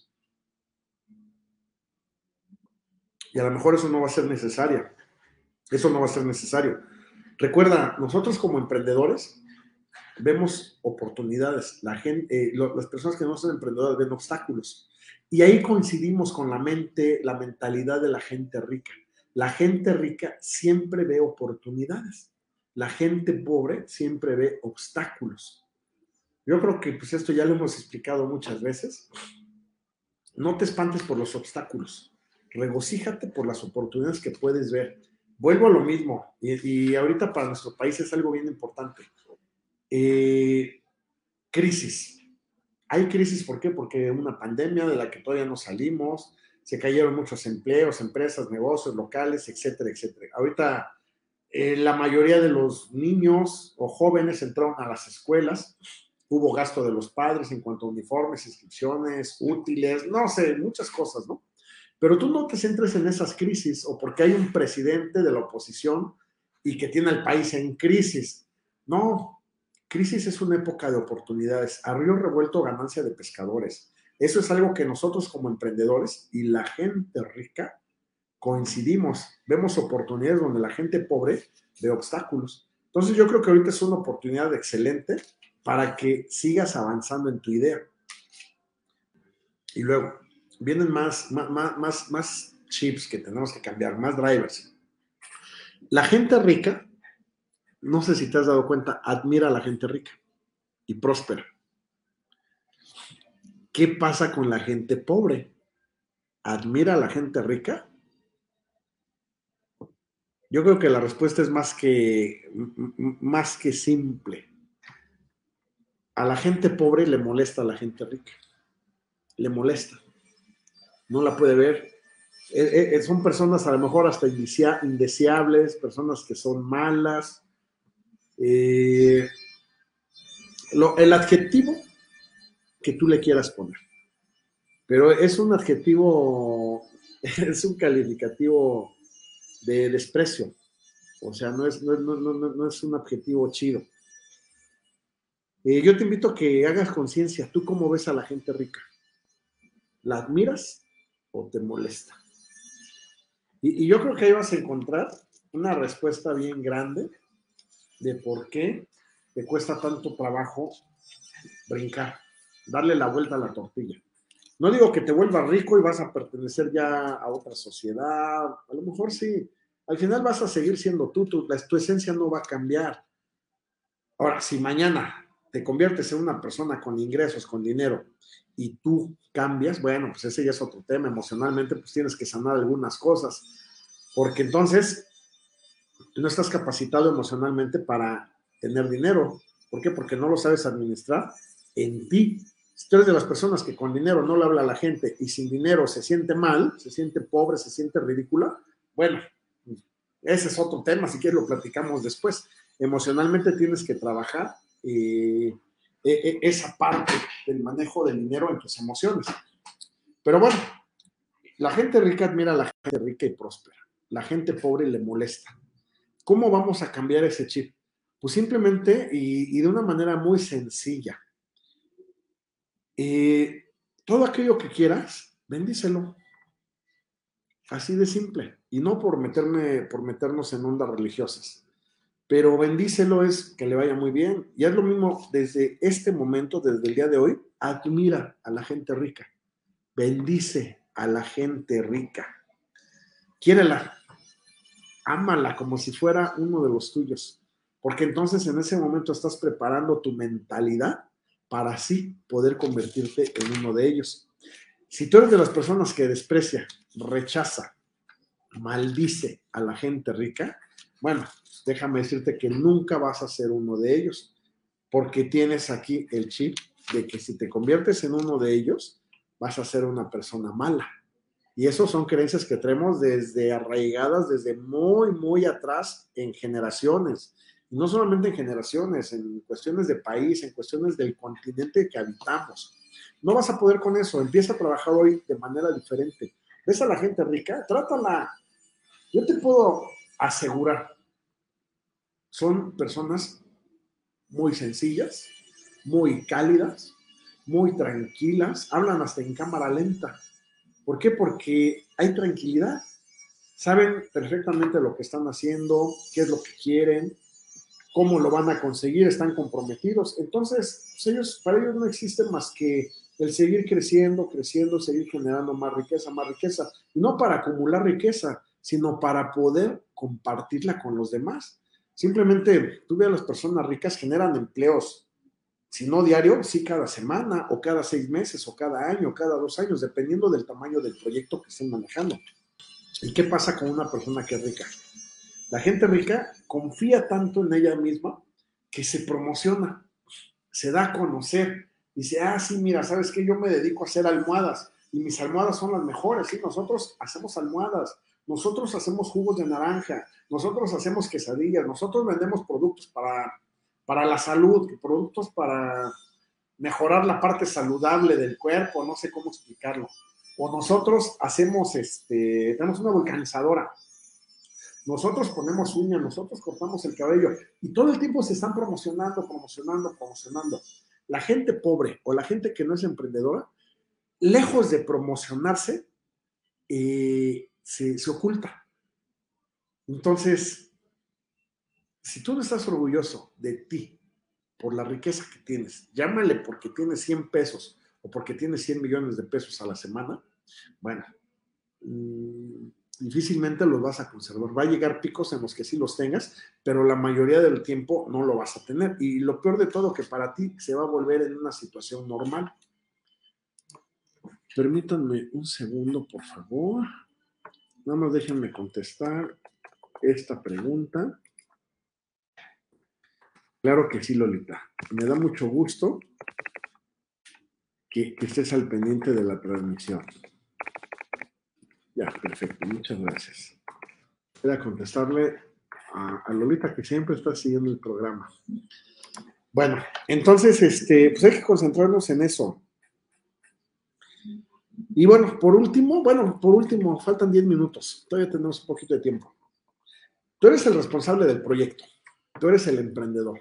Y a lo mejor eso no va a ser necesario. Eso no va a ser necesario. Recuerda, nosotros como emprendedores vemos oportunidades. Las personas que no son emprendedoras ven obstáculos. Y ahí coincidimos con la mentalidad de la gente rica. La gente rica siempre ve oportunidades. La gente pobre siempre ve obstáculos. Yo creo que pues esto ya lo hemos explicado muchas veces. No te espantes por los obstáculos. Regocíjate por las oportunidades que puedes ver. Vuelvo a lo mismo, y ahorita para nuestro país es algo bien importante. Crisis. Hay crisis, ¿por qué? Porque una pandemia de la que todavía no salimos, se cayeron muchos empleos, empresas, negocios locales, etcétera, etcétera. Ahorita la mayoría de los niños o jóvenes entraron a las escuelas, hubo gasto de los padres en cuanto a uniformes, inscripciones, útiles, no sé, muchas cosas, ¿no? Pero tú no te centres en esas crisis o porque hay un presidente de la oposición y que tiene al país en crisis. No, crisis es una época de oportunidades. A río revuelto, ganancia de pescadores. Eso es algo que nosotros como emprendedores y la gente rica coincidimos. Vemos oportunidades donde la gente pobre ve obstáculos. Entonces yo creo que ahorita es una oportunidad excelente para que sigas avanzando en tu idea. Y luego, vienen más chips que tenemos que cambiar, más drivers. La gente rica, no sé si te has dado cuenta, admira a la gente rica y próspera. ¿Qué pasa con la gente pobre? ¿Admira a la gente rica? Yo creo que la respuesta es más que simple. A la gente pobre le molesta a la gente rica. Le molesta. No la puede ver. Son personas a lo mejor hasta indeseables, personas que son malas. El adjetivo que tú le quieras poner. Pero es un adjetivo, es un calificativo de desprecio. O sea, no es un adjetivo chido. Yo te invito a que hagas conciencia. ¿Tú cómo ves a la gente rica? ¿La admiras o te molesta? Y yo creo que ahí vas a encontrar una respuesta bien grande de por qué te cuesta tanto trabajo brincar, darle la vuelta a la tortilla. No digo que te vuelvas rico y vas a pertenecer ya a otra sociedad, a lo mejor sí, al final vas a seguir siendo tú, tu esencia no va a cambiar. Ahora, si mañana te conviertes en una persona con ingresos, con dinero, y tú cambias, bueno, pues ese ya es otro tema, emocionalmente pues tienes que sanar algunas cosas, porque entonces no estás capacitado emocionalmente para tener dinero. ¿Por qué? Porque no lo sabes administrar en ti. Si tú eres de las personas que con dinero no le habla a la gente y sin dinero se siente mal, se siente pobre, se siente ridícula, bueno, ese es otro tema, si quieres lo platicamos después. Emocionalmente tienes que trabajar esa parte del manejo del dinero en tus emociones. Pero bueno, la gente rica admira a la gente rica y próspera. La gente pobre le molesta. ¿Cómo vamos a cambiar ese chip? Pues simplemente y de una manera muy sencilla. Todo aquello que quieras, bendícelo. Así de simple. Y no por meternos en ondas religiosas. Pero bendícelo es que le vaya muy bien. Y es lo mismo desde este momento, desde el día de hoy, admira a la gente rica. Bendice a la gente rica. Quiérela. Ámala como si fuera uno de los tuyos. Porque entonces en ese momento estás preparando tu mentalidad para así poder convertirte en uno de ellos. Si tú eres de las personas que desprecia, rechaza, maldice a la gente rica, bueno, déjame decirte que nunca vas a ser uno de ellos, porque tienes aquí el chip de que si te conviertes en uno de ellos, vas a ser una persona mala. Y eso son creencias que traemos desde arraigadas, desde muy atrás en generaciones. Y no solamente en generaciones, en cuestiones de país, en cuestiones del continente que habitamos. No vas a poder con eso. Empieza a trabajar hoy de manera diferente. ¿Ves a la gente rica? Trátala. Yo te puedo asegurar, son personas muy sencillas, muy cálidas, muy tranquilas, hablan hasta en cámara lenta. ¿Por qué? Porque hay tranquilidad. Saben perfectamente lo que están haciendo, qué es lo que quieren. cómo lo van a conseguir, están comprometidos. Entonces, pues para ellos no existe más que el seguir creciendo, creciendo, seguir generando más riqueza, y no para acumular riqueza, sino para poder compartirla con los demás. Simplemente, tú ves a las personas ricas generan empleos, si no diario, sí cada semana, o cada 6 meses, o cada año, o cada 2 años, dependiendo del tamaño del proyecto que estén manejando. ¿Y qué pasa con una persona que es rica? La gente rica confía tanto en ella misma que se promociona, se da a conocer. Dice, sí, mira, ¿sabes qué? Yo me dedico a hacer almohadas y mis almohadas son las mejores, ¿sí? Nosotros hacemos almohadas, nosotros hacemos jugos de naranja, nosotros hacemos quesadillas, nosotros vendemos productos para la salud, productos para mejorar la parte saludable del cuerpo, no sé cómo explicarlo. O nosotros hacemos, tenemos una vulcanizadora, nosotros ponemos uñas, nosotros cortamos el cabello, y todo el tiempo se están promocionando. La gente pobre o la gente que no es emprendedora, lejos de promocionarse, se oculta. Entonces, si tú no estás orgulloso de ti por la riqueza que tienes, llámale porque tienes 100 pesos o porque tienes 100 millones de pesos a la semana, bueno, difícilmente los vas a conservar. Va a llegar picos en los que sí los tengas, pero la mayoría del tiempo no lo vas a tener. Y lo peor de todo, que para ti se va a volver en una situación normal. Permítanme un segundo, por favor. Nada más déjenme contestar esta pregunta. Claro que sí, Lolita. Me da mucho gusto que estés al pendiente de la transmisión. Ya, perfecto. Muchas gracias. Voy a contestarle a Lolita, que siempre está siguiendo el programa. Bueno, entonces, pues hay que concentrarnos en eso. Y bueno, por último, faltan 10 minutos. Todavía tenemos un poquito de tiempo. Tú eres el responsable del proyecto. Tú eres el emprendedor.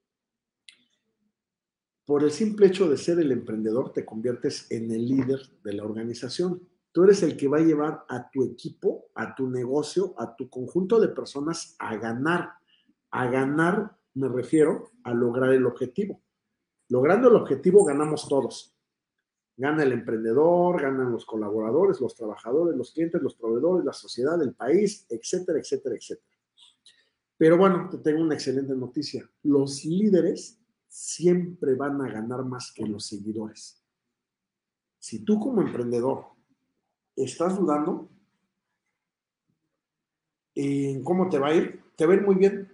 Por el simple hecho de ser el emprendedor, te conviertes en el líder de la organización. Tú eres el que va a llevar a tu equipo, a tu negocio, a tu conjunto de personas a ganar. A ganar me refiero a lograr el objetivo. Logrando el objetivo ganamos todos. Gana el emprendedor, ganan los colaboradores, los trabajadores, los clientes, los proveedores, la sociedad, el país, etcétera, etcétera, etcétera. Pero bueno, te tengo una excelente noticia. Los líderes siempre van a ganar más que los seguidores. Si tú como emprendedor estás dudando en cómo te va a ir muy bien.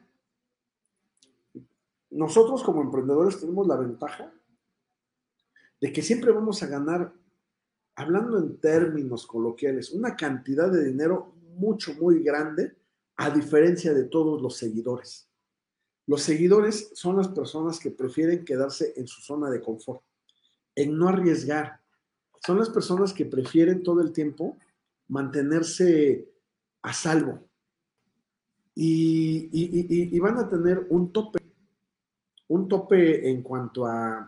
Nosotros como emprendedores tenemos la ventaja de que siempre vamos a ganar, hablando en términos coloquiales, una cantidad de dinero muy grande, a diferencia de todos los seguidores. Los seguidores son las personas que prefieren quedarse en su zona de confort, en no arriesgar. Son las personas que prefieren todo el tiempo mantenerse a salvo. Y van a tener un tope en cuanto a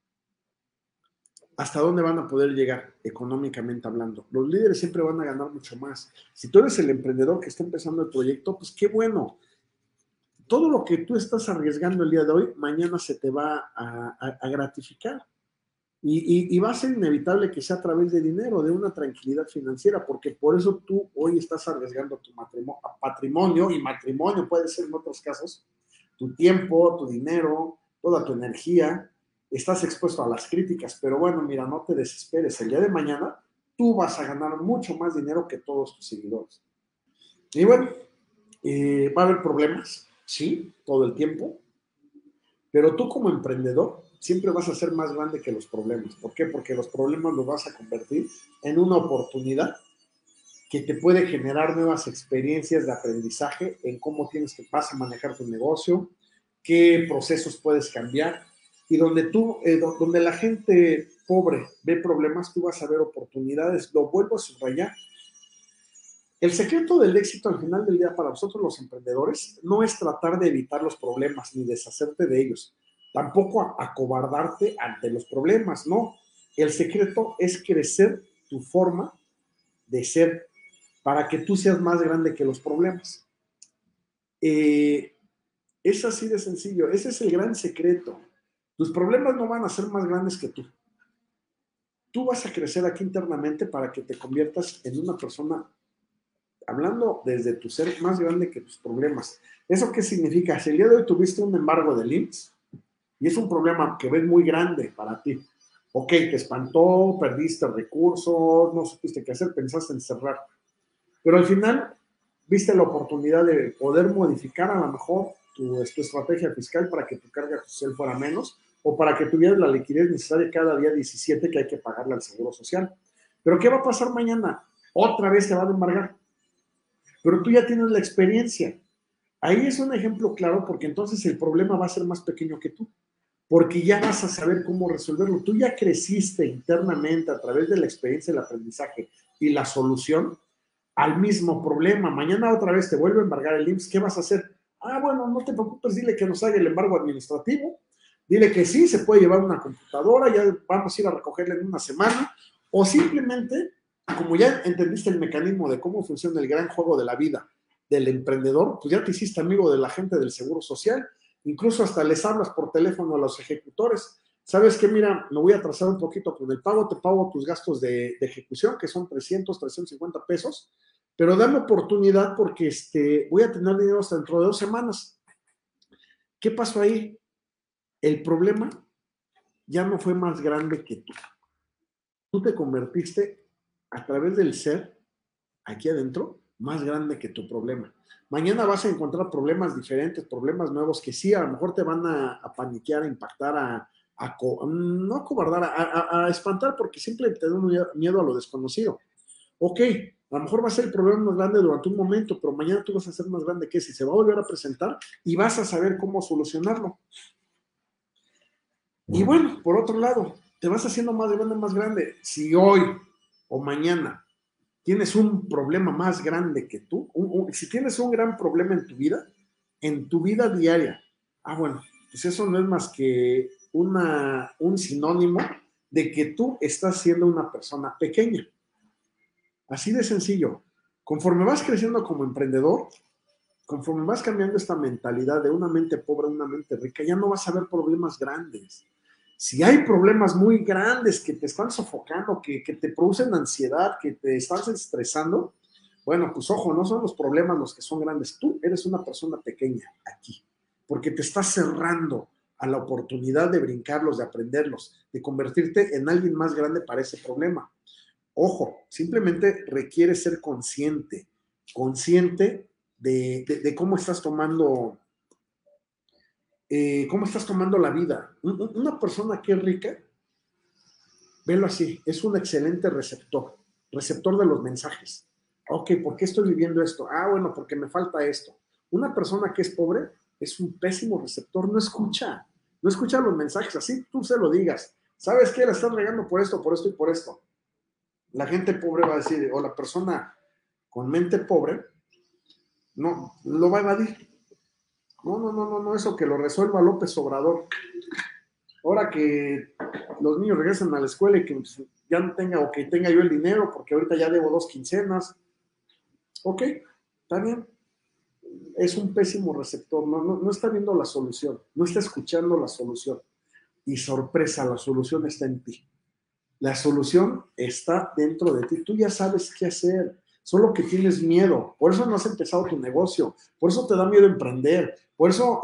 hasta dónde van a poder llegar económicamente hablando. Los líderes siempre van a ganar mucho más. Si tú eres el emprendedor que está empezando el proyecto, pues qué bueno. Todo lo que tú estás arriesgando el día de hoy, mañana se te va a gratificar. Y va a ser inevitable que sea a través de dinero, de una tranquilidad financiera, porque por eso tú hoy estás arriesgando tu patrimonio, y matrimonio puede ser en otros casos, tu tiempo, tu dinero, toda tu energía. Estás expuesto a las críticas, pero bueno, mira, no te desesperes. El día de mañana tú vas a ganar mucho más dinero que todos tus seguidores. Y bueno, va a haber problemas, sí, todo el tiempo, pero tú como emprendedor siempre vas a ser más grande que los problemas. ¿Por qué? Porque los problemas los vas a convertir en una oportunidad que te puede generar nuevas experiencias de aprendizaje en cómo vas a manejar tu negocio, qué procesos puedes cambiar, y donde la gente pobre ve problemas, tú vas a ver oportunidades. Lo vuelvo a subrayar. El secreto del éxito al final del día para nosotros los emprendedores no es tratar de evitar los problemas ni deshacerte de ellos, tampoco acobardarte ante los problemas, no. El secreto es crecer tu forma de ser para que tú seas más grande que los problemas. Es así de sencillo. Ese es el gran secreto. Tus problemas no van a ser más grandes que tú. Tú vas a crecer aquí internamente para que te conviertas en una persona, hablando desde tu ser, más grande que tus problemas. ¿Eso qué significa? Si el día de hoy tuviste un embargo del IMSS y es un problema que ves muy grande para ti, ok, te espantó, perdiste recursos, no supiste qué hacer, pensaste en cerrar, pero al final viste la oportunidad de poder modificar a lo mejor tu estrategia fiscal para que tu carga social fuera menos o para que tuvieras la liquidez necesaria cada día 17 que hay que pagarle al Seguro Social. Pero ¿qué va a pasar mañana? Otra vez te van a embargar. Pero tú ya tienes la experiencia. Ahí es un ejemplo claro porque entonces el problema va a ser más pequeño que tú, porque ya vas a saber cómo resolverlo. Tú ya creciste internamente a través de la experiencia, el aprendizaje y la solución al mismo problema. Mañana otra vez te vuelve a embargar el IMSS, ¿qué vas a hacer? Ah, bueno, no te preocupes, dile que nos haga el embargo administrativo, dile que sí, se puede llevar una computadora, ya vamos a ir a recogerla en una semana, o simplemente, como ya entendiste el mecanismo de cómo funciona el gran juego de la vida del emprendedor, pues ya te hiciste amigo de la gente del Seguro Social, incluso hasta les hablas por teléfono a los ejecutores. ¿Sabes qué? Mira, me voy a atrasar un poquito con el pago, te pago tus gastos de ejecución, que son 350 pesos, pero dame oportunidad porque voy a tener dinero hasta dentro de 2 semanas. ¿Qué pasó ahí? El problema ya no fue más grande que tú. Tú te convertiste a través del ser, aquí adentro, más grande que tu problema. Mañana vas a encontrar problemas diferentes, problemas nuevos que sí, a lo mejor te van a paniquear, a impactar, no a cobardar, a espantar porque simplemente te da un miedo a lo desconocido. Ok, a lo mejor va a ser el problema más grande durante un momento, pero mañana tú vas a ser más grande que ese, se va a volver a presentar y vas a saber cómo solucionarlo. Y bueno, por otro lado, te vas haciendo más grande, más grande. Si hoy o mañana tienes un problema más grande que tú, si tienes un gran problema en tu vida diaria, bueno, pues eso no es más que un sinónimo de que tú estás siendo una persona pequeña. Así de sencillo. Conforme vas creciendo como emprendedor, conforme vas cambiando esta mentalidad de una mente pobre a una mente rica, ya no vas a ver problemas grandes. Si hay problemas muy grandes que te están sofocando, que te producen ansiedad, que te están estresando, bueno, pues ojo, no son los problemas los que son grandes. Tú eres una persona pequeña aquí, porque te estás cerrando a la oportunidad de brincarlos, de aprenderlos, de convertirte en alguien más grande para ese problema. Ojo, simplemente requiere ser consciente de cómo estás tomando la vida. Una persona que es rica, velo así, es un excelente receptor de los mensajes. Ok, ¿por qué estoy viviendo esto? Bueno, porque me falta esto. Una persona que es pobre es un pésimo receptor, no escucha los mensajes, así tú se lo digas. ¿Sabes qué? La estás regando por esto y por esto. La gente pobre va a decir, o la persona con mente pobre, no, lo va a evadir. No, eso que lo resuelva López Obrador. Ahora que los niños regresen a la escuela y que ya no tenga, o que tenga yo el dinero, porque ahorita ya debo 2 quincenas. Ok, está bien. Es un pésimo receptor, no está viendo la solución, no está escuchando la solución. Y sorpresa, la solución está en ti. La solución está dentro de ti. Tú ya sabes qué hacer, solo que tienes miedo. Por eso no has empezado tu negocio. Por eso te da miedo emprender. Por eso,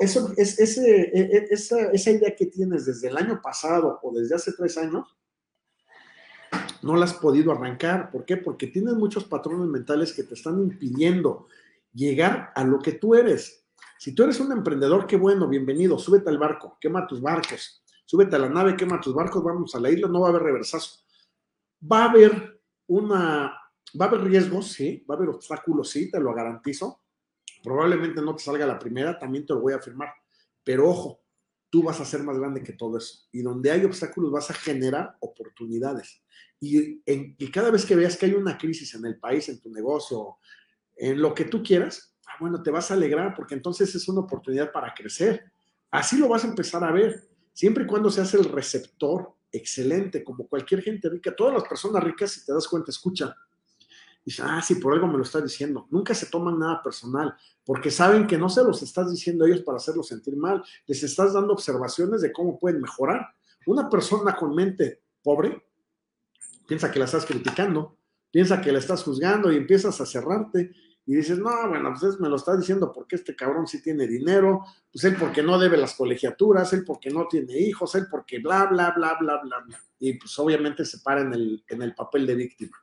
esa idea que tienes desde el año pasado o desde hace 3 años, no la has podido arrancar. ¿Por qué? Porque tienes muchos patrones mentales que te están impidiendo llegar a lo que tú eres. Si tú eres un emprendedor, qué bueno, bienvenido. Súbete al barco, quema tus barcos. Súbete a la nave, quema tus barcos, vamos a la isla, no va a haber reversazo. Va a haber riesgos, sí, va a haber obstáculos, sí, te lo garantizo. Probablemente no te salga la primera, también te lo voy a afirmar. Pero ojo, tú vas a ser más grande que todo eso. Y donde hay obstáculos vas a generar oportunidades. Y cada vez que veas que hay una crisis en el país, en tu negocio, en lo que tú quieras, bueno, te vas a alegrar porque entonces es una oportunidad para crecer. Así lo vas a empezar a ver, siempre y cuando seas el receptor excelente, como cualquier gente rica. Todas las personas ricas, si te das cuenta, escuchan. Dicen, sí, por algo me lo estás diciendo. Nunca se toman nada personal, porque saben que no se los estás diciendo a ellos para hacerlos sentir mal. Les estás dando observaciones de cómo pueden mejorar. Una persona con mente pobre piensa que la estás criticando, piensa que la estás juzgando y empiezas a cerrarte y dices, no, bueno, pues me lo está diciendo porque este cabrón sí tiene dinero, pues él porque no debe las colegiaturas, él porque no tiene hijos, él porque bla, bla, bla, bla, bla, bla. Y pues obviamente se para en el papel de víctima.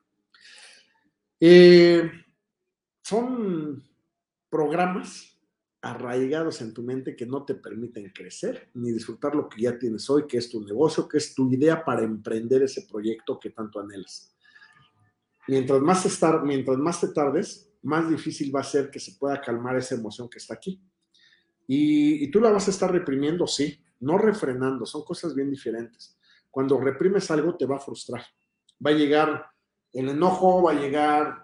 Son programas arraigados en tu mente que no te permiten crecer ni disfrutar lo que ya tienes hoy, que es tu negocio, que es tu idea para emprender ese proyecto que tanto anhelas. Mientras más te tardes, más difícil va a ser que se pueda calmar esa emoción que está aquí. Y tú la vas a estar reprimiendo, sí, no refrenando, son cosas bien diferentes. Cuando reprimes algo te va a frustrar. Va a llegar el enojo, va a llegar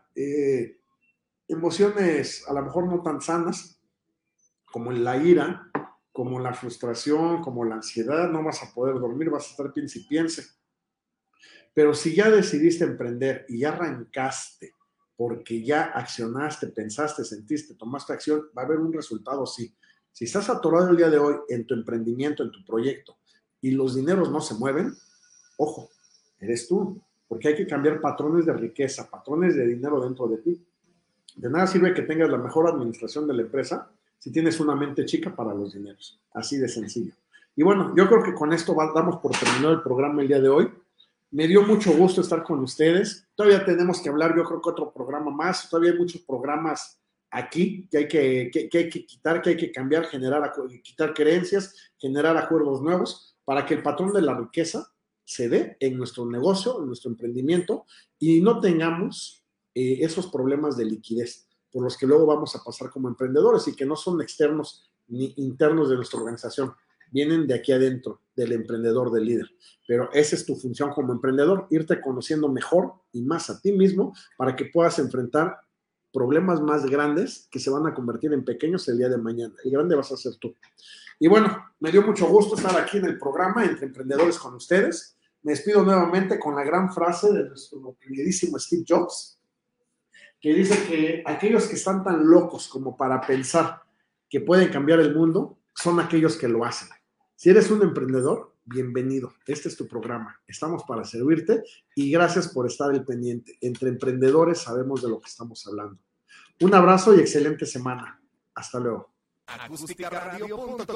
emociones a lo mejor no tan sanas, como la ira, como la frustración, como la ansiedad, no vas a poder dormir, vas a estar piense y piense. Pero si ya decidiste emprender y ya arrancaste, porque ya accionaste, pensaste, sentiste, tomaste acción, va a haber un resultado, sí. Si estás atorado el día de hoy en tu emprendimiento, en tu proyecto, y los dineros no se mueven, ojo, eres tú, porque hay que cambiar patrones de riqueza, patrones de dinero dentro de ti. De nada sirve que tengas la mejor administración de la empresa si tienes una mente chica para los dineros. Así de sencillo. Y bueno, yo creo que con esto damos por terminado el programa el día de hoy. Me dio mucho gusto estar con ustedes. Todavía tenemos que hablar, yo creo que otro programa más. Todavía hay muchos programas aquí que hay que quitar, que hay que cambiar, quitar creencias, generar acuerdos nuevos para que el patrón de la riqueza se dé en nuestro negocio, en nuestro emprendimiento y no tengamos esos problemas de liquidez por los que luego vamos a pasar como emprendedores y que no son externos ni internos de nuestra organización, vienen de aquí adentro, del emprendedor, del líder. Pero esa es tu función como emprendedor, irte conociendo mejor y más a ti mismo para que puedas enfrentar problemas más grandes que se van a convertir en pequeños el día de mañana. El grande vas a ser tú. Y bueno, me dio mucho gusto estar aquí en el programa Entre Emprendedores con ustedes. Me despido nuevamente con la gran frase de nuestro queridísimo Steve Jobs, que dice que aquellos que están tan locos como para pensar que pueden cambiar el mundo son aquellos que lo hacen. Si eres un emprendedor, bienvenido. Este es tu programa. Estamos para servirte y gracias por estar al pendiente. Entre emprendedores sabemos de lo que estamos hablando. Un abrazo y excelente semana. Hasta luego.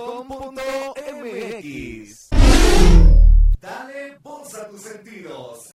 Acusticaradio.com.mx. Dale voz a tus sentidos.